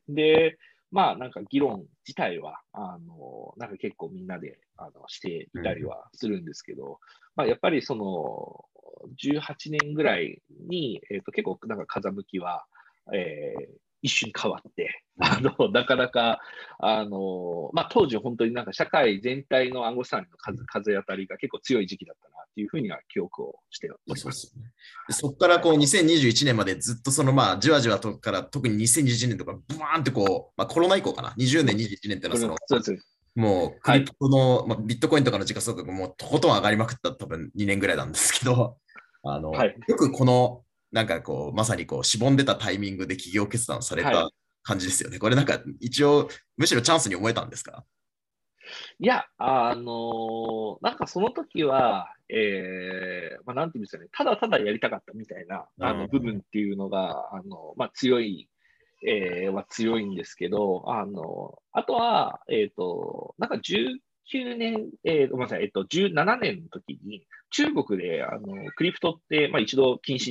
で、まあ、なんか議論自体は、あの、なんか結構みんなで、あの、していたりうん。 はするんですけど、まあ、やっぱりその、じゅうはちねんぐらいに、えっと、結構なんか風向きは、えー一瞬変わって、 うん。 あの、なかなか、あの、まあ、当時本当になんか社会全体の暗号資産の風風当たりが結構強い時期だったなっていうふうには記憶をしております。 そうですよね。でそこからはい。 こうにせんにじゅういちねんまでずっとそのまあじわじわとから特ににせんにじゅういちねんとかブワーンってこう、まあ、コロナ以降かな、にじゅうねん、にじゅういちねんっていうのこれ、 はそのそうです。 もうクはい。 リプトの、まあ、ビットコインとかの時価総額がもうとことん上がりまくった多分にねんぐらいなんですけど、あの、 はい。 よくこのなんかこう、まさにこう、しぼんでたタイミングで企業決断されたはい。 感じですよね。これなんか一応、むしろチャンスに思えたんですか？ いや、あのーなんかその時は、えー、まあ、なんていうんですかね、ただただやりたかったみたいな、 うあの、部分ん。 っていうのが、あの、まあ、強い、えー、は強いんですけど、あの、あとは、えっと、なんかじゅうきゅうねん、えー、ごめんなさい、えっと、じゅうななねんの時に、中国で、あの、クリプトって、まあ、一度禁止に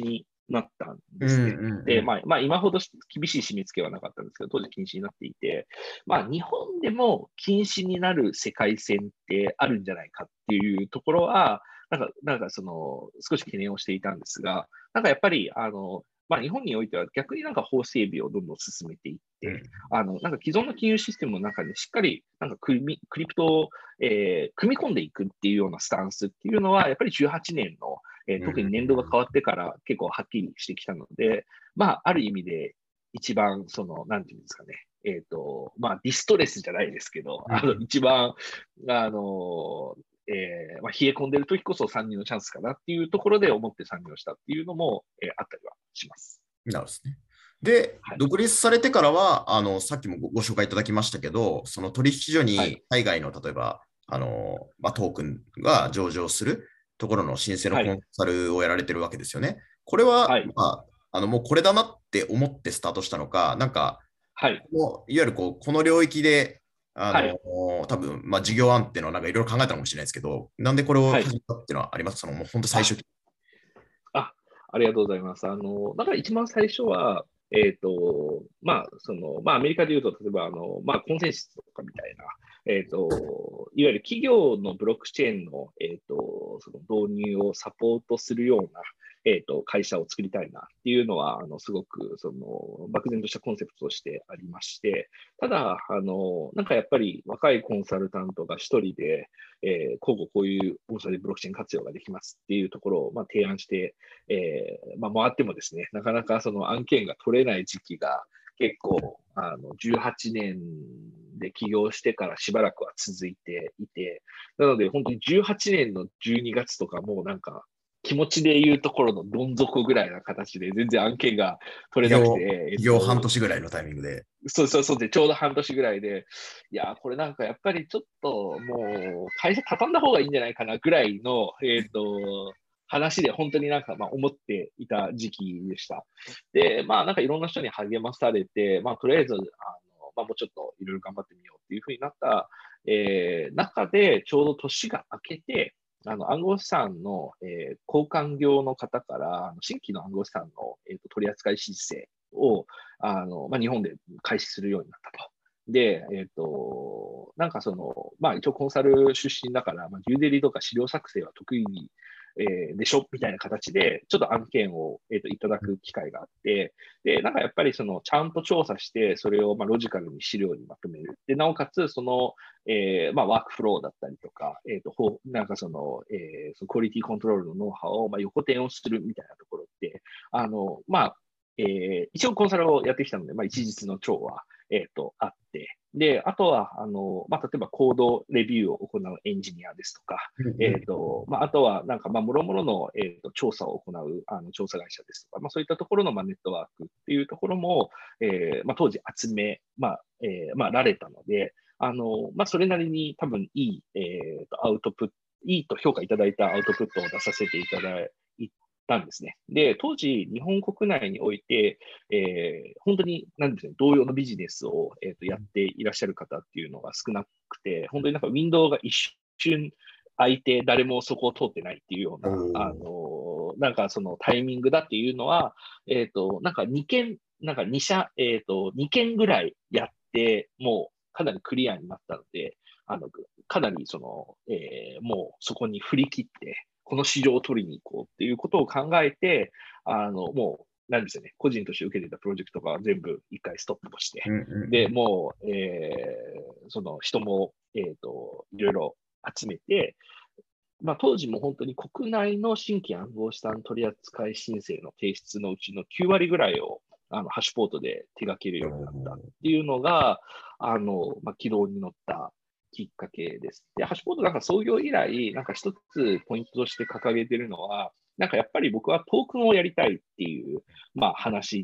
なったんうんうんですね。で、 うん。 まあ、まあ、今ほど厳しい締め付けはなかったんですけど、当時禁止になっていて、まあ、日本でも禁止になる世界線ってあるんじゃないかっていうところは、なんか、なんかその、少し懸念をしていたんですが、なんかやっぱり、あの、まあ、日本においては逆になんか法整備をどんどん進めていって、 うん。 あの、なんか既存の金融システムの中でしっかり、なんかクリクリプトを、えー組み込んでいくっていうようなスタンスっていうのは、やっぱりじゅうはちねんの、えーうん。 特に年度が変わってから結構はっきりしてきたので、まあ、ある意味で一番、その、なんていうんですかね、えっ、と、まあ、ディストレスじゃないですけど、あの、 うん。 一番、あの、えーまあ、冷え込んでる時こそ参入のチャンスかなっていうところで思って参入したっていうのも、えーあったりはします。 なるほどですね。で、 はい。 独立されてからは、あの、さっきもごご紹介いただきましたけど、その取引所はい。 に海外の、例えば、あの、まあ、トークンが上場するところの申請のはい。 コンサルをやられてるわけですよね。これは、 はい。 まあ、あの、もうこれだなって思ってスタートしたのか、なんか、 はい。 このいわゆるこう、この領域で、あの、 はい。 多分、まあ、事業案っていうのをなんかいろいろ考えたかもしれないですけど、なんでこれをはい。 始めたっていうのはあります？その、もう本当最あ、 初期。 あ、ありがとうございます。あの、だから一番最初は、えっと、まあ、その、まあ、アメリカで言うと、例えば、あの、まあ、コンセンシスとかみたいな、えっと、いわゆる企業のブロックチェーンの、えっと、その導入をサポートするような、えっと、会社を作りたいなっていうのは、あの、すごく、その、漠然としたコンセプトとしてありまして、ただ、あの、なんかやっぱり若いコンサルタントが一人で、えー、こうこうこういう大阪でブロックチェーン活用ができますっていうところを、まあ、提案して、えーまあ、回ってもですね、なかなかその案件が取れない時期が結構、あの、じゅうはちねんで起業してからしばらくは続いていて、なので本当にじゅうはちねんのじゅうにがつとかもうなんか、気持ちで言うところのどん底ぐらいな形で全然案件が取れなく起業、 て、えっ起業半と、 年ぐらいのタイミングで。 そうそうそうで、ちょうど半年ぐらいで、いやー、これなんかやっぱりちょっともう会社畳んだ方がいいんじゃないかなぐらいの、えっと、話で本当になんかまあ思っていた時期でした。で、まあなんかいろんな人に励まされて、まあとりあえず、あの、まあもうちょっといろいろ頑張ってみようっていうふうになった、えー、中でちょうど年が明けて、あの暗号資産の、えー交換業の方から、あの新規の暗号資産の、えーと取扱い申請をあの、まあ、日本で開始するようになったと。で、えっ、と、なんかその、まあ一応コンサル出身だから、まあ、デューデリとか資料作成は得意に、えーでしょみたいな形で、ちょっと案件を、えーといただく機会があって、で、なんかやっぱりその、ちゃんと調査して、それをまあロジカルに資料にまとめる。で、なおかつ、その、えーまあ、ワークフローだったりとか、えっ、と、ほうなんかその、えーそのクオリティコントロールのノウハウを、まあ、横転をするみたいなところって、あの、まあ、えー、一応コンサルをやってきたので、まあ、一日の長は、えっ、と、あって、で、あとは、あの、まあ、例えばコードレビューを行うエンジニアですとか、 うんえっ、 うん。 と、まあ、あとは、なんか、まあ、もろもろの、えっ、と、調査を行う、あの、調査会社ですとか、まあ、そういったところの、まあ、ネットワークっていうところも、えー、まあ、当時集め、まあ、えー、まあ、られたので、あの、まあ、それなりに多分いい、えっ、と、アウトプット、いいと評価いただいたアウトプットを出させていただいたんですね。で、当時、日本国内において、えー、本当に、なんですね、同様のビジネスを、えーと、やっていらっしゃる方っていうのが少なくて、本当になんかウィンドウが一瞬開いて、誰もそこを通ってないっていうようおな、あー。 のーなんかそのタイミングだっていうのは、えっ、と、なんかに件、なんかに社、えっ、と、に件ぐらいやって、もうかなりクリアになったので、あの、かなりその、えーもうそこに振り切って、この市場を取りに行こうっていうことを考えて、あの、もう、なんですよね、個人として受けてたプロジェクトが全部一回ストップをして、 うんうんうで、 ん。 もう、えーその人も、えっ、と、いろいろ集めて、まあ、当時も本当に国内の新規暗号資産取扱申請の提出のうちのきゅう割ぐらいをあのハッシュポートで手掛けるようになったっていうのが、あの、まあ、軌道に乗ったきっかけです。で、ハッシュポートなんか創業以来、なんか一つポイントとして掲げてるのは、なんかやっぱり僕はトークンをやりたいっていう、まあ話って、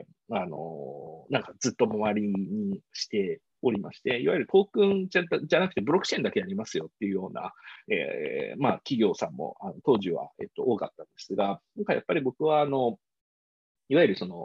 あの、なんかずっと周りにしておりまして、いわゆるトークンじゃじゃなくてブロックチェーンだけやりますよっていうような、えーまあ企業さんもあの当時は、えっと、多かったんですが、今回やっぱり僕はあの、いわゆるその、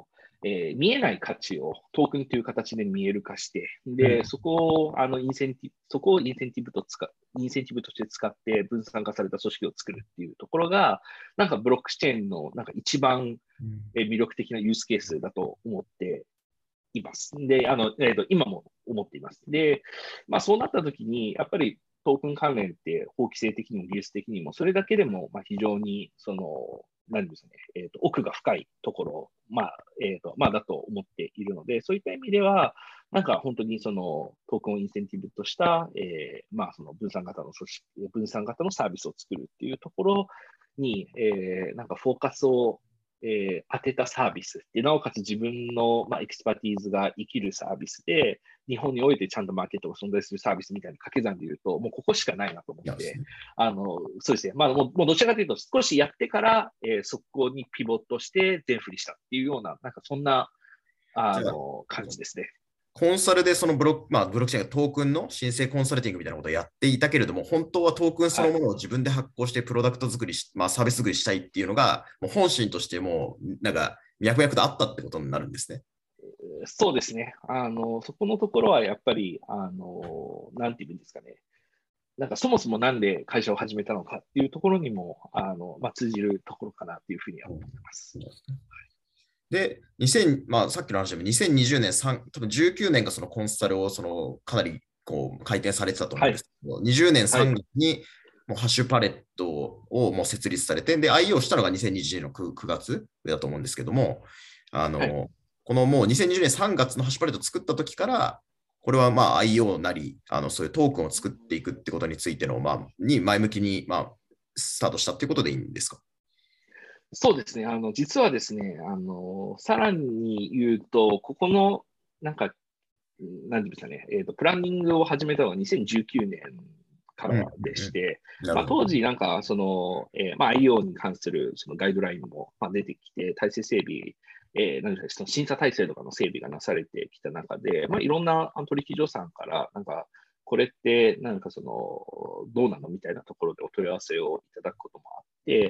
えー見えない価値をトークンという形で見える化して、で、 うん。 そこを、あの、インセンティブ、そこをインセンティブと使インセンティブとして使って分散化された組織を作るっていうところが、なんかブロックチェーンのなんか一番えー魅力的なユースケースだと思っています。で、あの、えーと、今も思っています。で、まあそうなったときに、やっぱりトークン関連って法規制的にも技術的にも、それだけでもまあ非常に、その、なんですね、えーと、奥が深いところ、まあ、えーと、まあだと思っているので、そういった意味では、なんか本当にそのトークンをインセンティブとした、えー、まあその分散型の組織、分散型のサービスを作るっていうところに、えー、なんかフォーカスをえー当てたサービスで、なおかつ自分の、まあ、エキスパティーズが生きるサービスで、日本においてちゃんとマーケットが存在するサービスみたいな掛け算で言うと、もうここしかないなと思って、 なんですね。 あの、そうですね。まあ、もう、もうどちらかというと、少しやってから、えー、そこにピボットして全振りしたっていうような、なんかそんな、 じゃあ、 あの、感じですね。 コンサルでそのブロック、まあ、ブロックチェーンがトークンの申請コンサルティングみたいなことをやっていたけれども、本当はトークンそはい。 のものを自分で発行してプロダクト作りし、まあ、サービス作りしたいっていうのが、もう本心としてもう、なんか、脈々とあったってことになるんですね。 そうですね。あの、そこのところはやっぱり、あの、なんていうんですかね。なんかそもそもなんで会社を始めたのかっていうところにも、あの、まあ、通じるところかなっていうふうには思ってます。 で、にせんまあ、さっきの話でもにせんにじゅうねん、さん多分じゅうきゅうねんがそのコンサルをそのかなりこう回転されてたと思うんですはい。 けど、にじゅうねん3 はい。 月にもうハッシュパレットをもう設立されて、で、アイイーオー したのがにせんにじゅうねんの 9, 月だと思うんですけども、あはい。 の、このもうにせんにじゅうねんさんがつのハッシュパレットを作った時から、これはまあ アイイーオー なり、あのそういうトークンを作っていくってことについての、まあ、に前向きに、まあ、スタートしたっていうことでいいんですか？ そうですね。あの、実はですね、あの、さらに言うと、ここの、なんか、なんていうんですかね、えっと、プランニングを始めたのはにせんじゅうきゅうねんかうん、うらん、うん。 でして、まあ、 なるほど。 当時、なんか、その、えーまあ、アイイーオー に関するそのガイドラインも、まあ、出てきて、体制整備、えー、なんですか、その審査体制とかの整備がなされてきた中で、まあ、いろんなあの取引所さんから、なんか、これって、なんかその、どうなのみたいなところでお問い合わせをいただくこともあって、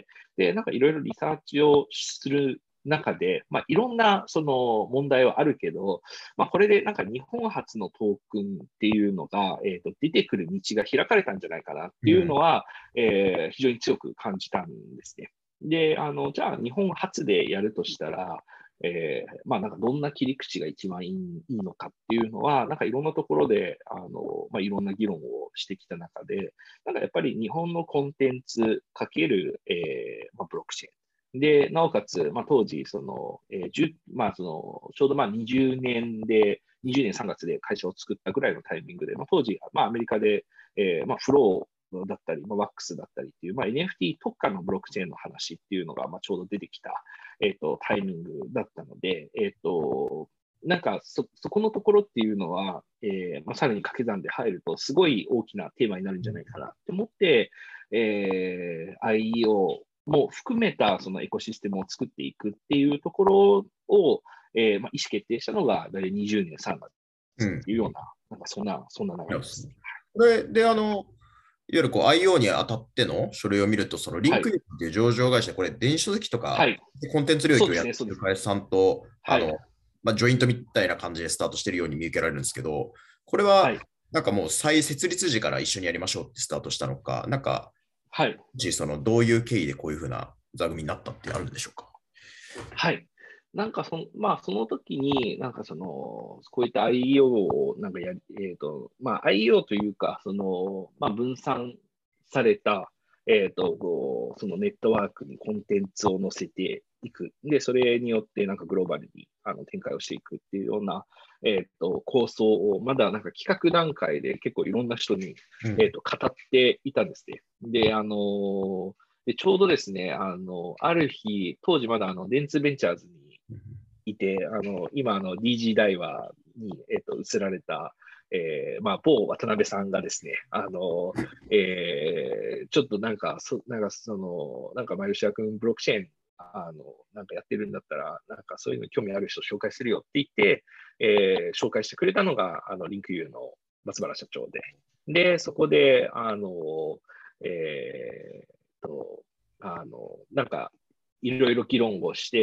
で、なんかいろいろリサーチをする中で、まあ、いろんなその問題はあるけど、まあ、これでなんか日本初のトークンっていうのが、えーと、出てくる道が開かれたんじゃないかなっていうのうん。 は、えー非常に強く感じたんですね。で、あの、じゃあ日本初でやるとしたら、えーまあなんかどんな切り口が一番いいいいのかっていうのは、なんかいろんなところで、あの、まあいろんな議論をしてきた中で、なんかやっぱり日本のコンテンツかける、えーまあ、ブロックチェーン。で、なおかつ、まあ、当時、その、えーまあ、その、ちょうどまあにじゅうねんで、にじゅうねんさんがつで会社を作ったぐらいのタイミングで、まあ、当時、まあ、アメリカで、えーまあ、フローだったり、まあ、ワックスだったりっていう、まあ、エヌエフティー 特化のブロックチェーンの話っていうのが、まあ、ちょうど出てきた、えっと、タイミングだったので、えっと、なんかそ、そこのところっていうのは、えーまあ、さらに掛け算で入ると、すごい大きなテーマになるんじゃないかなって思って、えー、アイイーオー も含めたそのエコシステムを作っていくっていうところを、えーまあ、意思決定したのが、大体にじゅうねんさんがつっうん。 ていうような、なんかそんな、そんな流れですね。 これで、あの、いわゆるこう アイオー に当たっての書類を見ると、そのリンはい。 クユーっていう上場会社、これ電子書籍とかはい。 コンテンツ領域をやってそうですね、そうですね。 る会社さんと、あはい。 の、まあ、ジョイントみたいな感じでスタートしているように見受けられるんですけど、これははい。 なんかもう再設立時から一緒にやりましょうってスタートしたのか、なんか、 はい。 そのどういう経緯でこういうふうな座組になったってあるんでしょうか？ はい。なんかその、まあ、その時に、なんかその、こういった アイイーオー を、なんかやり、えっと、まあ、アイイーオー というか、その、まあ、分散された、えっと、こうそのネットワークにコンテンツを載せていく。で、それによって、なんかグローバルにあの展開をしていくっていうような、えっと、構想を、まだなんか企画段階で結構いろんな人に、 うん。 えっと、語っていたんですね。で、あので、ちょうどですね、あの、ある日、当時まだあの、電通ベンチャーズにいて、あの、今、あの、ディージー 大和に、えっと、移られた、えー、まあ、某渡辺さんがですね、あの、えー、ちょっとなんか、そ、なんか、その、なんか、前吉田君、ブロックチェーン、あの、なんかやってるんだったら、なんかそういうの興味ある人紹介するよって言って、えー、紹介してくれたのが、あの、リンクユーの松原社長で、で、そこで、あの、えーと、あの、なんか、いろいろ議論をして、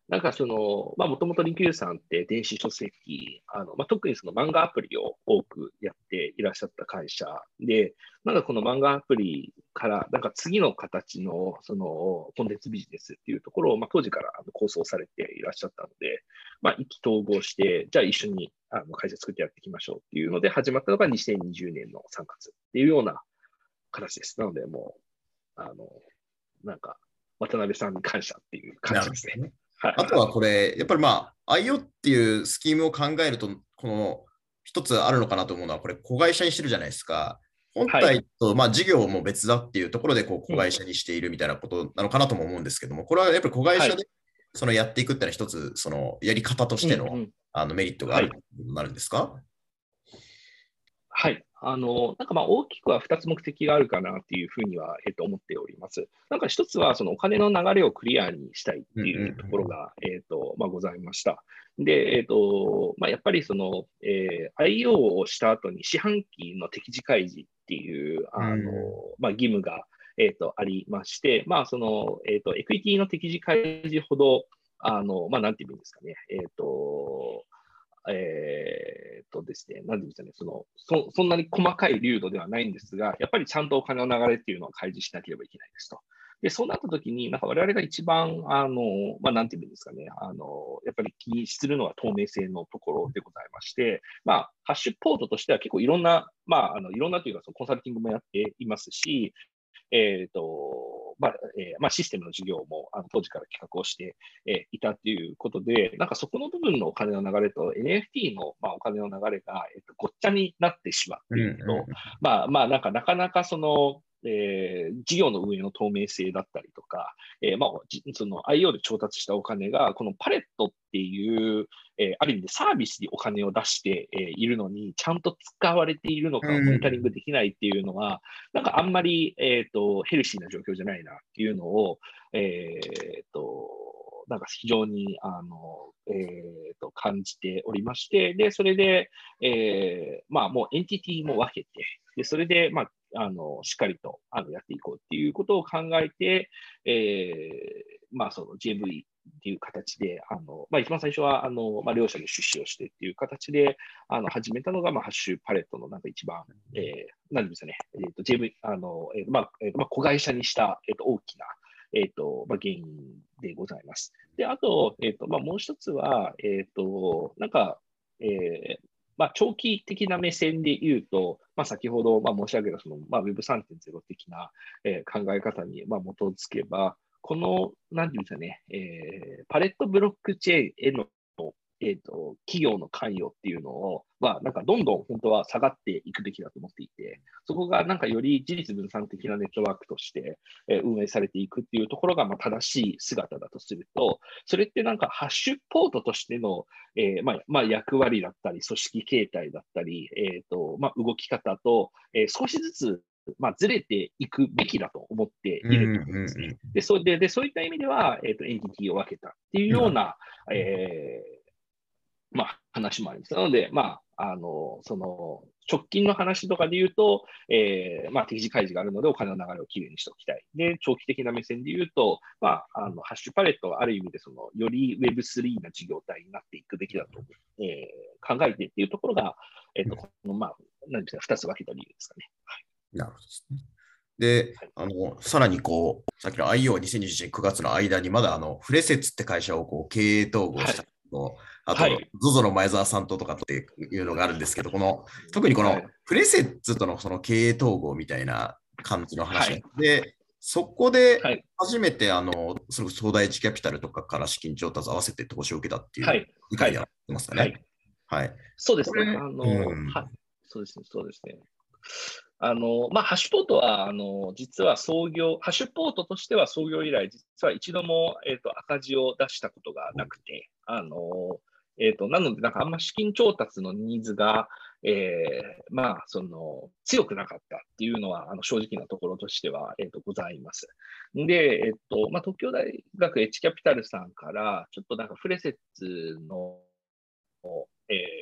なんかその、まあ、もともとリキューさんって電子書籍、あの、まあ、特にその漫画アプリを多くやっていらっしゃった会社で、なんかこの漫画アプリから、なんか次の形のそのコンテンツビジネスっていうところを、まあ、当時からあの構想されていらっしゃったので、まあ、意気投合して、じゃあ一緒にあの会社作ってやっていきましょうっていうので始まったのがにせんにじゅうねんのさんがつっていうような形です。なので、もう、あの、なんか、渡辺さんに感謝っていう感じですね。 ね。 はいあとはこれ、やっぱりまあ、アイオー っていうスキームを考えると、この一つあるのかなと思うのは、これ、子会社にしてるじゃないですか。本はい。 体と、まあ、事業も別だっていうところで、こう、子うん。 会社にしているみたいなことなのかなとも思うんですけども、これはやっぱり子会はい。 社でそのやっていくっていうのは一つ、そのやり方としての、 うんうん。 あのメリットがあはい。 るとなるんですか？ はい。あの、なんかまあ大きくはふたつ目的があるかなっていうふうには、えっと、思っております。なんかひとつは、そのお金の流れをクリアにしたいっうんうんていうところうんが、えっと、まあございました。で、えっと、まあやっぱりその、えー アイオー をした後に四半期の適時開示っていう、 うん。 あの、 うん。 まあ義務が、えっと、ありまして、まあその、えっと、エクイティの適時開示ほど、あの、まあなんていうんですかね、えっと、えーっとですね、なんていうんですかね、そのそ、そんなに細かい流度ではないんですが、やっぱりちゃんとお金の流れっていうのを開示しなければいけないですと。で、そうなったときに、なんか我々が一番、あの、まあ、なんていうんですかね、あの、やっぱり気にするのは透明性のところでございまして、まあ、ハッシュポートとしては結構いろんな、まあ、あの、いろんなというか、そのコンサルティングもやっていますし、えっと、まあ、えーまあ、システムの事業もあの当時から企画をして、えーいたということで、なんかそこの部分のお金の流れと エヌエフティー の、まあ、お金の流れが、えっと、ごっちゃになってしまっうんていると、 うまあ、まあ、なんかなかなかその、えー事業の運営の透明性だったりとか、えーまあ、じその アイオー で調達したお金が、このパレットっていう、えーある意味でサービスにお金を出して、えーいるのに、ちゃんと使われているのん。 かをモニタリングうん。 できないっていうのは、なんかあんまり、えっと、ヘルシーな状況じゃないなっていうのを、えっと、なんか非常に、あの、えっと、感じておりまして、で、それで、えーまあ、もうエンティティも分けて、で、それで、まあ、あの、しっかりと、あの、やっていこうっていうことを考えて、えーまあ、その ジェーブイ っていう形で、あの、まあ、一番最初は、あの、まあ、両者で出資をしてっていう形で、あの、始めたのが、まあ、ハッシュパレットのなんか一番、えー、なんですかね、えっ、と、ジェーブイ、あの、えーまあ、えーまあ、子会社にした、えっ、と、大きな、えっ、と、まあ、原因でございます。で、あと、えっ、と、まあ、もう一つは、えっ、と、なんか、えーまあ、長期的な目線で言うと、まあ、先ほど、まあ、申し上げたその、まあ、Web3.ゼロ 的な、えー考え方に、まあ、基づけば、この、なんていうんですかね、えーパレットブロックチェーンへのえっと、企業の関与っていうのを、まあ、なんかどんどん本当は下がっていくべきだと思っていて、そこがなんかより事実分散的なネットワークとして、えー運営されていくっていうところがまあ正しい姿だとすると、それってなんかハッシュポートとしての、えーまあ、まあ役割だったり、組織形態だったり、えーとまあ、動き方と、えー少しずつまあ、ずれていくべきだと思ってうんいると思うんですね。 うんで、そうででそういった意味では、えーと、エンティティを分けたっていううん。なるような、えーまあ、話もあります。なので、まあ、あの、その、直近の話とかで言うと、えー、まあ、定時開示があるので、お金の流れをきれいにしておきたい。で、長期的な目線で言うと、まあ、あの、ハッシュパレットはある意味で、その、より ウェブスリー な事業体になっていくべきだと、えー、考えてっていうところが、えっと、この、まあ、なんですか、二つ分けた理由ですかね。 なるほどですね。で、 はい。 あの、さらにこう、さっきの アイオーにせんにじゅういちねんくがつの間に、まだあの、フレセツって会社をこう経営統合したはい。 の、あと、 はい。 ゾゾの前澤さんととかっていうのがあるんですけど、この、特にこのはい。 フレセッツとのその経営統合みたいな感じの話が。 はい。 で、そこではい。 初めて、あの、それこそ東大エッジキャピタルとかから資金調達合わせて投資を受けたっていうはい。はい。 理解でやってますかね。 はい。 はい。 そうですね。あこれ、 の、 うん。 は、そうですね。そうですね。あの、まあ、ハッシュポートは、あの、実は創業、ハッシュポートとしては創業以来、実は一度も、えっと、赤字を出したことがなくて、あの、えっと、なので、なんかあんま資金調達のニーズが、えーまあ、その、強くなかったっていうのは、あの、正直なところとしては、えっと、ございます。で、えっと、まあ、東京大学エッジキャピタルさんから、ちょっとなんかフレセッツの、えー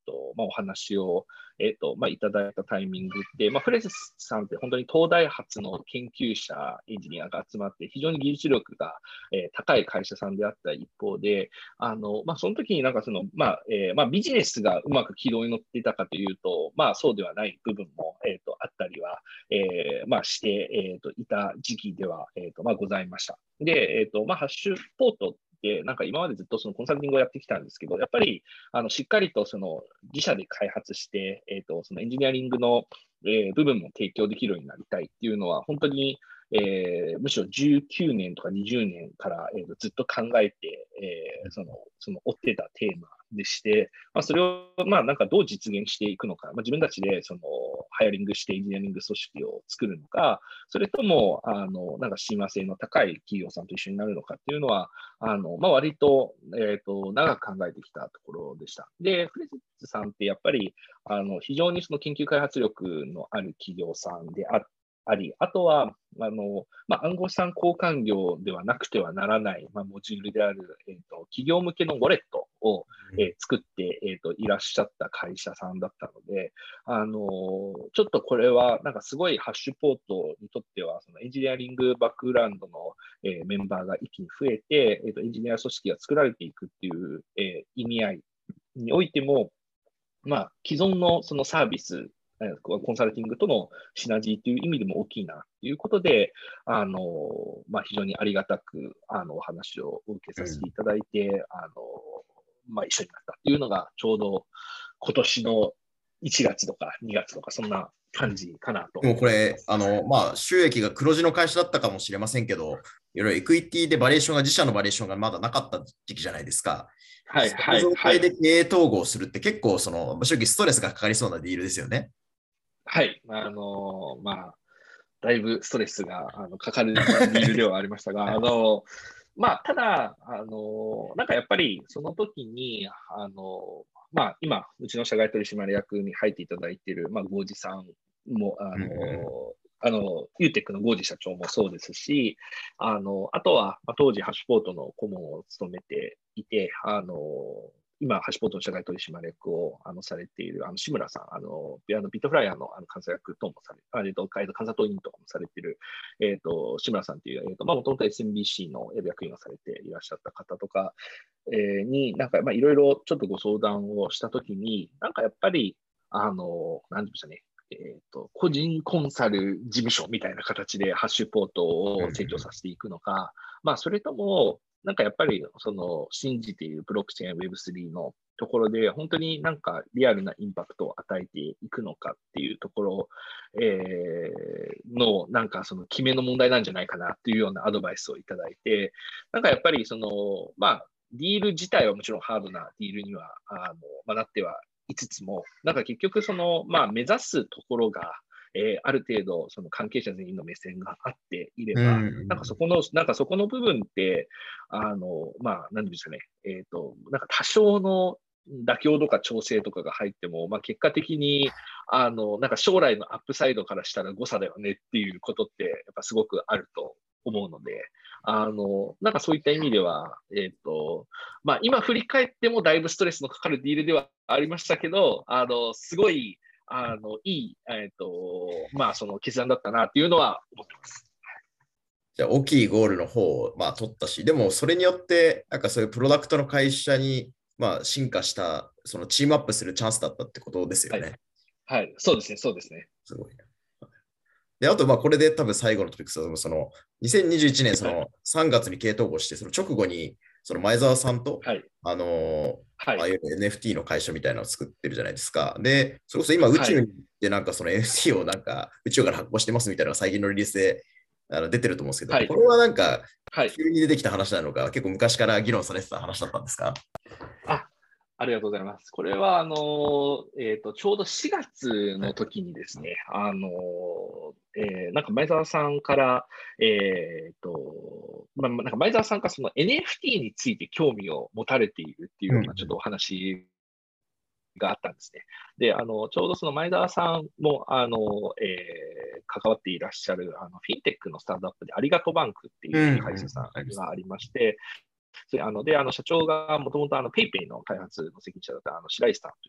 とまあ、お話を、えーとまあ、いただいたタイミングで、まあ、フレズさんって本当に東大発の研究者、エンジニアが集まって、非常に技術力が、えー、高い会社さんであった一方で、あのまあ、その時になんかその、まあえーまあ、ビジネスがうまく軌道に乗っていたかというと、まあ、そうではない部分も、えー、とあったりは、えーまあ、して、えー、といた時期では、えーとまあ、ございました。で、えーとまあ、ハッシュポートで、なんか今までずっとそのコンサルティングをやってきたんですけど、やっぱりあのしっかりとその自社で開発して、えーと、そのエンジニアリングの、えー、部分も提供できるようになりたいっていうのは、本当に、えー、むしろじゅうきゅうねんとかにじゅうねんから、えーと、ずっと考えて、えー、そのその追ってたテーマでして、まあ、それをまあなんかどう実現していくのか、まあ、自分たちでそのハイアリングしてエンジニアリング組織を作るのか、それともあのなんか親和性の高い企業さんと一緒になるのかっていうのは、あのまあ、割と,、えー、と長く考えてきたところでした。で、フレズさんってやっぱりあの非常にその研究開発力のある企業さんであって、あり、あとは、あの、まあ、暗号資産交換業ではなくてはならない、まあ、モジュールである、えーと、企業向けのウォレットを、えー、作って、えーと、いらっしゃった会社さんだったので、あのちょっとこれは、なんかすごいハッシュポートにとっては、そのエンジニアリングバックグラウンドの、えー、メンバーが一気に増えて、えーと、エンジニア組織が作られていくっていう、えー、意味合いにおいても、まあ、既存のそのサービス、コンサルティングとのシナジーという意味でも大きいなということで、あのまあ、非常にありがたくあのお話を受けさせていただいて、うん、あのまあ、一緒になったというのが、ちょうど今年のいちがつとかにがつとか、そんな感じかなと。 でもこれ、あのまあ、収益が黒字の会社だったかもしれませんけど、いろいろエクイティでバリエーションが、自社のバリエーションがまだなかった時期じゃないですか。 はい、はい、 その状態で経営統合するって結構、その、正直ストレスがかかりそうなディールですよね。 はい、あのまあ、だいぶストレスがあのかかるディールではありましたが、あのまあ、ただ、あのなんかやっぱりその時に、あのまあ、今、うちの社外取締役に入っていただいている、まあ、郷司さんも、あの、うんうん、あの、ユーテックの郷司社長もそうですし、あの、あとは、まあ、当時、ハッシュポートの顧問を務めていて、あの、今、ハッシュポートの社外取締役をあのされているあの志村さん、あのあのビットフライヤーのあの監査役等もされ、あえっと、監査党員とかもされている、えっと、志村さんという、えっと、まあ、もともと エスエムビーシー の役員をされていらっしゃった方とか、えー、に、なんか、まあ、いろいろちょっとご相談をしたときに、なんかやっぱり、あの、なんていうんですかね、えっと、個人コンサル事務所みたいな形でハッシュポートを成長させていくのか、まあ、それとも、なんかやっぱり、その、信じているブロックチェーン ウェブスリー のところで、本当になんかリアルなインパクトを与えていくのかっていうところ、えー、の、なんかその決めの問題なんじゃないかなっていうようなアドバイスをいただいて、なんかやっぱりその、まあ、ディール自体はもちろんハードなディールには、あの、まあ、なってはいつつも、なんか結局その、まあ、目指すところが、えー、ある程度、その関係者全員の目線があっていれば、うん、なんかそこの、なんかそこの部分って、あの、まあ、なんですかね、えっと、なんか多少の妥協とか調整とかが入っても、まあ、結果的に、あの、なんか将来のアップサイドからしたら誤差だよねっていうことって、やっぱすごくあると思うので、あの、なんかそういった意味では、えっと、まあ、今振り返ってもだいぶストレスのかかるディールではありましたけど、あの、すごい、あの、いい、えっと、まあ、その決断だったなっていうのは思ってます。 じゃあ、大きいゴールの方を、まあ、取ったし、でも、それによって、なんかそういうプロダクトの会社に、まあ、進化した、そのチームアップするチャンスだったってことですよね。 はい、はい、そうですね、そうですね。 すごいな。で、あと、まあ、これで多分最後のトピックスは、その、にせんにじゅういちねん、そのさんがつに系統合して、その直後に、その前澤さんと、はい、あのー、はい、ああいう エヌエフティー の会社みたいなのを作ってるじゃないですか。で、それこそ今、宇宙に行ってなんかその エヌエフティー をなんか宇宙から発行してますみたいなのが最近のリリースであの出てると思うんですけど、はい、これはなんか、急に出てきた話なのか、はい、結構昔から議論されてた話だったんですか？ あありがとうございます。これは、あの、えっと、ちょうどしがつの時にですね、はい、あの、えー、なんか前澤さんから、えっと、まあ、なんか前澤さんがその エヌエフティー について興味を持たれているっていうようなちょっとお話があったんですね。で、あの、ちょうどその前澤さんも、あの、えー、関わっていらっしゃる、あの、フィンテックのスタートアップでありがとバンクっていう会社さんがありまして、それあので、あの社長がもともとあのペイペイの開発の責任者だったあの白石さんという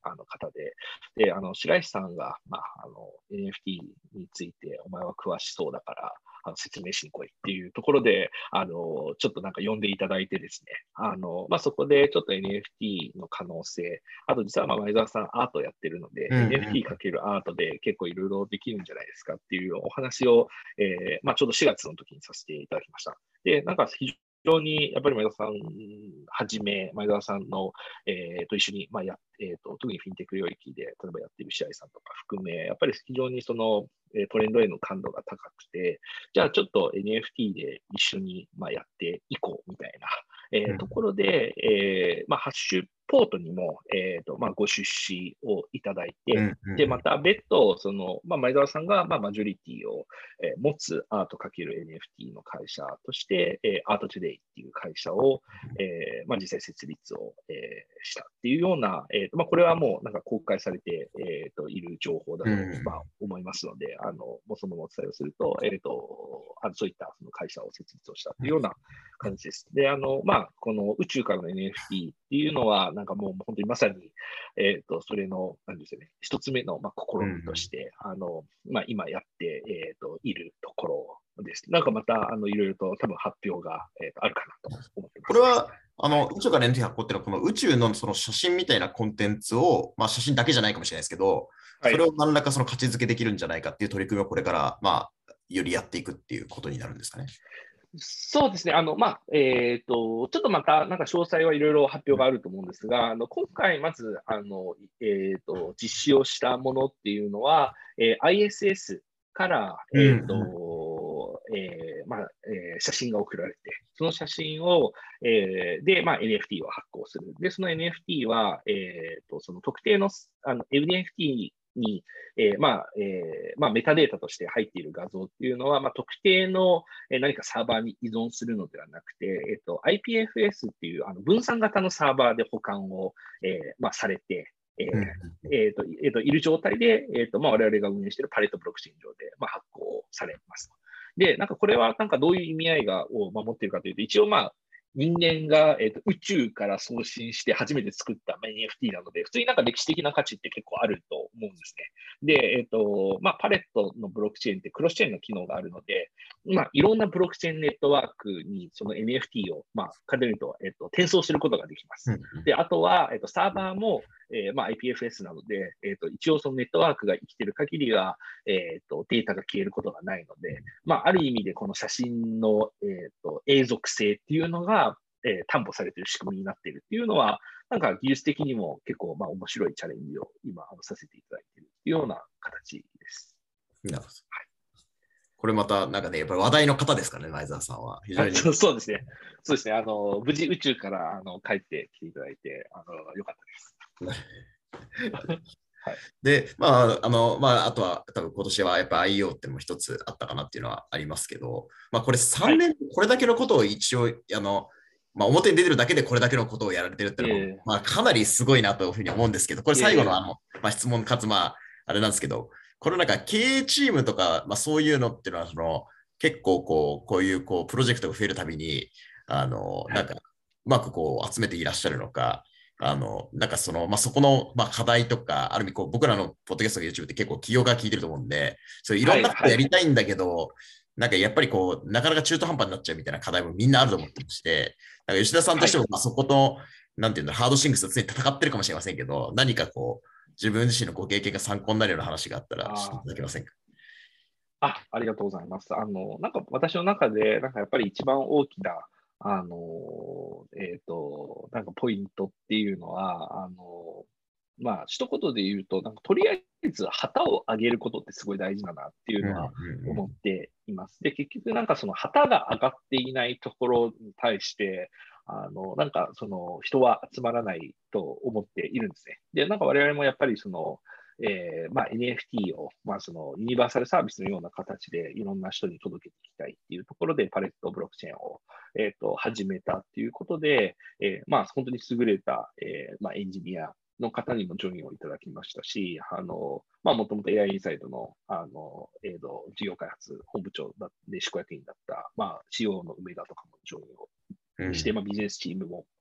あの方で、で、あの、白石さんが、まあ、あの、エヌエフティー についてお前は詳しそうだから、あの説明しに来いっていうところで、あの、ちょっとなんか呼んでいただいてですね、あの、まあ、そこでちょっと エヌエフティー の可能性、あと実はまあ前澤さんアートやってるので、 うんうんエヌエフティー かけるアートで結構いろいろできるんじゃないですかっていうお話を、えー、まあ、ちょうどしがつの時にさせていただきました。で、なんか非常にやっぱり前田さんはじめ、前澤さんの、えー、と一緒に、まあやえーと、特にフィンテック領域で、例えばやっている試合さんとか含め、やっぱり非常にそのトレンドへの感度が高くて、じゃあちょっと エヌエフティー で一緒に、まあ、やっていこうみたいな、えー、ところで、えーまあ、ハッシュポートにも、えーとまあ、ご出資をいただいて、 うんうんで、また別途、その、まあ、前澤さんが、まあ、マジョリティを、えー持つアート ×エヌエフティー の会社として、えー、アートトゥデイっていう会社を、えーまあ、実際設立を、えーしたっていうような、えーとまあ、これはもうなんか公開されて、えーといる情報だと、 うんまあ、思いますので、あのもうそのままお伝えをすると、えーとあのそういったその会社を設立をしたというような感じです。で、あの、まあ、この宇宙からの エヌエフティー っていうのは、なんかもう本当にまさに、えっ、と、それの、なんですよね、一つ目の、まあ、試みとして、あの、まあ、今やって、えっ、と、いるところです。なんかまた、あの、いろいろと多分発表が、えーとあるかなと思ってます。 これは、あはい。 の、宇宙から エヌエフティー 発行っていうのは、この宇宙のその写真みたいなコンテンツを、まあ写真だけじゃないかもしれないですけど、 はい。 それを何らかその価値づけできるんじゃないかっていう取り組みをこれから、まあ、よりやっていくっていうことになるんですかね。 そうですね。あの、まあ、えっと、ちょっとまた、なんか詳細はいろいろ発表があると思うんですが、あの、今回、まず、あの、えっと、実施をしたものっていうのは、えー アイエスエス から、 うんえっうんと、えーまあ、えー写真が送られて、その写真を、えーで、まあ、エヌエフティー を発行する。で、その エヌエフティー は、えっと、その特定の、あの、エヌエフティー に、えーまあ、えーまあ、メタデータとして入っている画像っていうのは、まあ、特定のえ何かサーバーに依存するのではなくて、えっと、アイピーエフエス っていうあの分散型のサーバーで保管を、えーまあ、されて、えーうんえーとえーといる状態で、えーとまあ、我々が運営しているパレットブロックチェーン上で、まあ、発行されます。で、なんかこれはなんかどういう意味合いがを守っているかというと、一応まあ、人間が、えーと宇宙から送信して初めて作った エヌエフティー なので、普通になんか歴史的な価値って結構あると思うんですね。で、えっ、と、まあ、パレットのブロックチェーンってクロスチェーンの機能があるので、まあ、いろんなブロックチェーンネットワークにその エヌエフティー を、まあ、簡単に言うと、えっ、と、転送することができます。 うんで、あとは、えっ、と、サーバーも、えーまあ、アイピーエフエス なので、えっ、と、一応そのネットワークが生きている限りは、えっ、と、データが消えることがないので、まあ、ある意味でこの写真の、えっ、と、永続性っていうのが、えー担保されている仕組みになっているっていうのは、なんか技術的にも結構まあ面白いチャレンジを今あのさせていただいているっていうような形です。 なるほど。これまた、なんかね、やっぱり話題の方ですからね、前澤さんは。非常に。 あそうそうですね。そうですね。あの、無事宇宙からあの帰ってきていただいて、あの、よかったです。はい。 で、まあ、あの、まあ、あとは、多分今年はやっぱ アイオー っていうのも一つあったかなっていうのはありますけど、まあ、これ3 はい。 年、これだけのことを一応、あの、まあ、表に出てるだけでこれだけのことをやられてるっていうのも、 えまあ、かなりすごいなというふうに思うんですけど、これー、 最後のえあの、まあ、質問かつ、まあ、あれなんですけど、これなんか経営チームとか、まあ、そういうのっていうのは、その、結構こう、こういうこう、プロジェクトが増えるたびに、あの、 ー、はい。 なんか、うまくこう、集めていらっしゃるのか、あの、なんかその、まあ、そこの、まあ、課題とか、ある意味こう、僕らのポッドキャストとか YouTube って結構企業が聞いてると思うんで、そういういろんなことはい。はい。 やりたいんだけど、なんかやっぱりこう、なかなか中途半端になっちゃうみたいな課題もみんなあると思ってまして、なんか吉田さんとはい。 しても、まあ、そこと、なんていうんだ、ハードシンクスと常に戦ってるかもしれませんけど、何かこう、自分自身のご経験が参考になるような話があったらしていあーただけませんか？ あ、ありがとうございます。あの、なんか私の中で、なんかやっぱり一番大きな、あの、えっと、なんかポイントっていうのは、あの、まあ、一言で言うと、なんかとりあえず旗を上げることってすごい大事だなっていううんうのは思っんています。で、結局なんかその旗が上がっていないところに対して、あの、なんかその人は集まらないと思っているんですね。で、なんか我々もやっぱりその、えーまあ、エヌエフティー を、まあ、そのユニバーサルサービスのような形でいろんな人に届けていきたいっていうところで、パレットブロックチェーンを、えー、と始めたっていうことで、えーまあ、本当に優れた、えーまあ、エンジニアの方にもジョインをいただきましたし、あの、まあ、もともと エーアイ イインサイドの、あの、えーと、事業開発本部長で執行役員だった、まあ、シーイーオー の梅田とかもジョインをして、 うん。 まあ、ビジネスチームも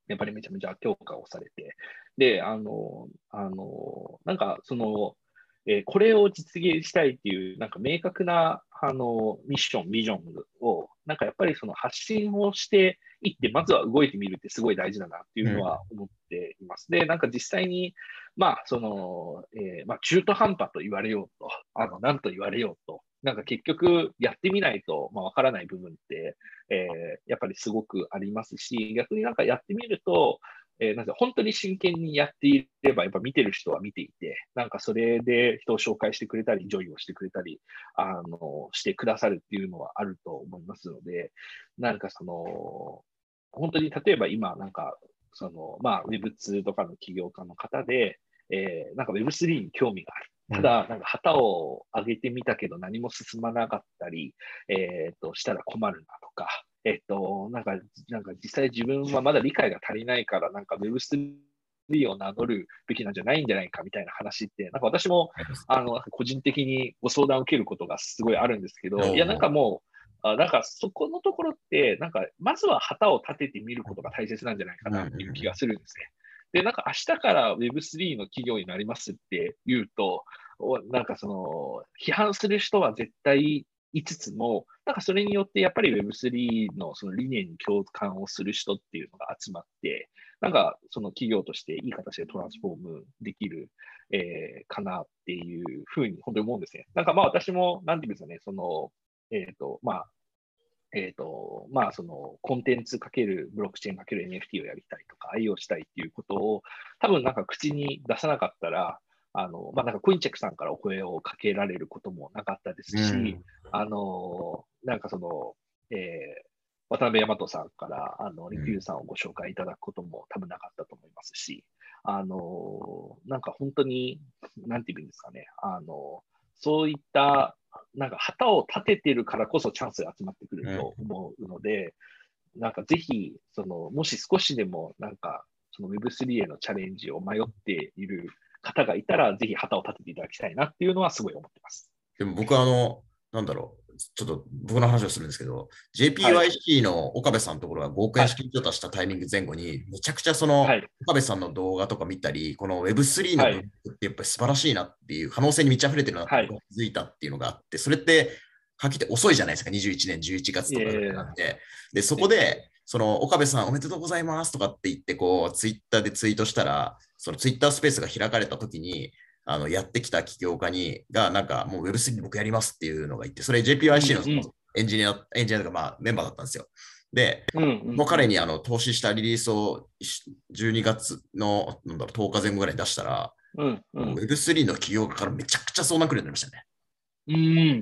やっぱりめちゃめちゃ強化をされて、で、あの、あの、なんかその、えーこれを実現したいっていう、なんか明確な、あの、ミッション、ビジョンを、なんかやっぱりその発信をしていって、まずは動いてみるってすごい大事だなっていうのは思っています。で、なんか実際に、まあ、その、えーまあ、中途半端と言われようと、あの、なんと言われようと、なんか結局やってみないと、まあ、わからない部分って、えーやっぱりすごくありますし、逆になんかやってみると、えーなんか本当に真剣にやっていれば、やっぱ見てる人は見ていて、なんかそれで人を紹介してくれたり、ジョイをしてくれたり、あの、してくださるっていうのはあると思いますので、なんかその、本当に例えば今、なんか、その、まあ、ウェブツー とかの起業家の方で、えーなんか ウェブスリー に興味がある。ただ、なんか旗を上げてみたけど何も進まなかったり、えっと、したら困るなとか、えっと、なんか、なんか実際自分はまだ理解が足りないから、なんか ウェブスリー を名乗るべきなんじゃないんじゃないかみたいな話って、なんか私も、あの、個人的にご相談を受けることがすごいあるんですけど、いや、なんかもう、あなんかそこのところって、なんかまずは旗を立ててみることが大切なんじゃないかなっていう気がするんですね。で、なんか明日から ウェブスリー の企業になりますって言うと、おなんかその、批判する人は絶対いつつも、なんかそれによってやっぱり ウェブスリー のその理念に共感をする人っていうのが集まって、なんかその企業としていい形でトランスフォームできる、えーかなっていうふうに本当に思うんですね。なんかまあ私も、なんていうんですかね、その、えっ、と、まあ、えっ、と、まあ、その、コンテンツかける、ブロックチェーンかける エヌエフティー をやりたいとか、愛用したいっていうことを、多分なんか口に出さなかったら、あの、まあ、なんかコインチェックさんからお声をかけられることもなかったですし、あの、なんかその、えー渡辺大和さんから、あの、リクユーさんをご紹介いただくことも多分なかったと思いますし、あの、なんか本当に、なんていうんですかね、あの、そういったなんか旗を立ててるからこそチャンスが集まってくると思うので、なんかぜひ、その、もし少しでもなんか、その ウェブスリー へのチャレンジを迷っている方がいたら、ぜひ旗を立てていただきたいなっていうのはすごい思ってます。 でも僕はあの、なんだろう、ちょっと僕の話をするんですけど、 はい。 ジェーピーワイシー の岡部さんのところがごおくえん資金調達したタイミング前後に、めちゃくちゃそのはい。 岡部さんの動画とか見たり、この ウェブスリー のはい。 文脈ってやっぱり素晴らしいなっていう可能性に満ち溢れてるなってはい。 僕は気づいたっていうのがあって、それってはっきり言って遅いじゃないですか、にじゅういちねんじゅういちがつとかぐらいえなんで。で、そこー、 で、その岡部さんおめでとうございますとかって言って、こう、ツイッターでツイートしたら、そのツイッタースペースが開かれた時に、あのやってきた起業家にが、なんかもう ウェブスリー 僕やりますっていうのがいて、それ ジェーピーワイシー のそのうんエンジニア、エンジニアとかまあメンバーだったんですよ。で、 うん。うんもう彼うんにあの投資したリリースをじゅうにがつのなんだろうとおかぜんごぐらいに出したら、 うん。うん。 もう ウェブスリー の起業家からめちゃくちゃ相談来るようになりましたね。 うん。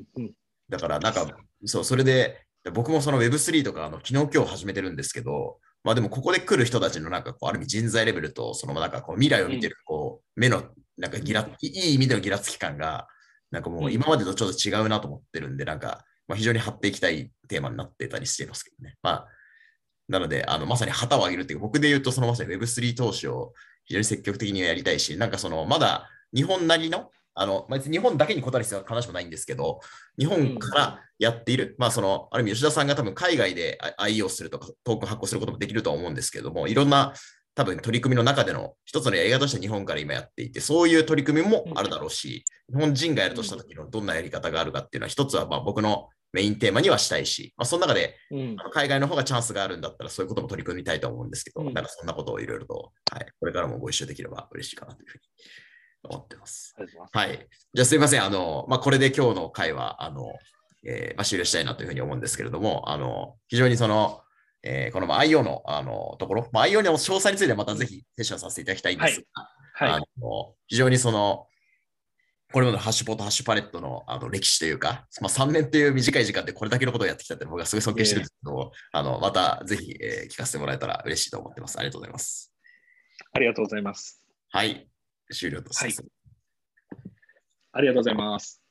うん。 だからなんか、そう、それで、僕もその ウェブスリー とかあの昨日今日始めてるんですけど、まあでもここで来る人たちのなんかこう、ある意味人材レベルと、そのなんかこう未来をうん。 見てるこう、目のなんかギラ、いい意味でのギラつき感が、なんかもうん。 う今までとちょっと違うなと思ってるんで、なんか、まあ、非常に張っていきたいテーマになってたりしていますけどね。まあ、なので、あのまさに旗を上げるっていう、僕で言うとそのまさに ウェブスリー 投資を非常に積極的にやりたいし、なんかそのまだ日本なりの、あの、まあ、日本だけに答える必要は必ずしもないんですけど、日本からやっている、まあ、その、ある意味、吉田さんが多分海外で愛用するとか、トークン発行することもできるとは思うんですけども、いろんな多分取り組みの中での一つのやり方として日本から今やっていて、そういう取り組みもあるだろうし、日本人がやるとした時のどんなやり方があるかっていうのは、一つはまあ僕のメインテーマにはしたいし、まあ、その中でうん。 海外の方がチャンスがあるんだったら、そういうことも取り組みたいと思うんですけど、 うん。 なんかそんなことをいろいろと、はい、これからもご一緒できれば嬉しいかなというふうに思ってます。 ありがとうございます。 はい。じゃあすいません。あの、まあ、これで今日の会は、あの、えーまあ、終了したいなというふうに思うんですけれども、あの、非常にその、えーこのまあ アイオー のあのところ、まあ、アイオー の詳細についてはまたぜひセッションさせていただきたいんですが、 はい。はあい。 の非常にその、これまでのハッシュポート、ハッシュパレットのあの歴史というか、まあ、さんねんという短い時間でこれだけのことをやってきたって僕はすごい尊敬してるんでえー、 すけど、あのまたぜひ、えー聞かせてもらえたら嬉しいと思ってます。ありがとうございます。 ありがとうございます。 はい、終了とさはい。 せてありがとうございます。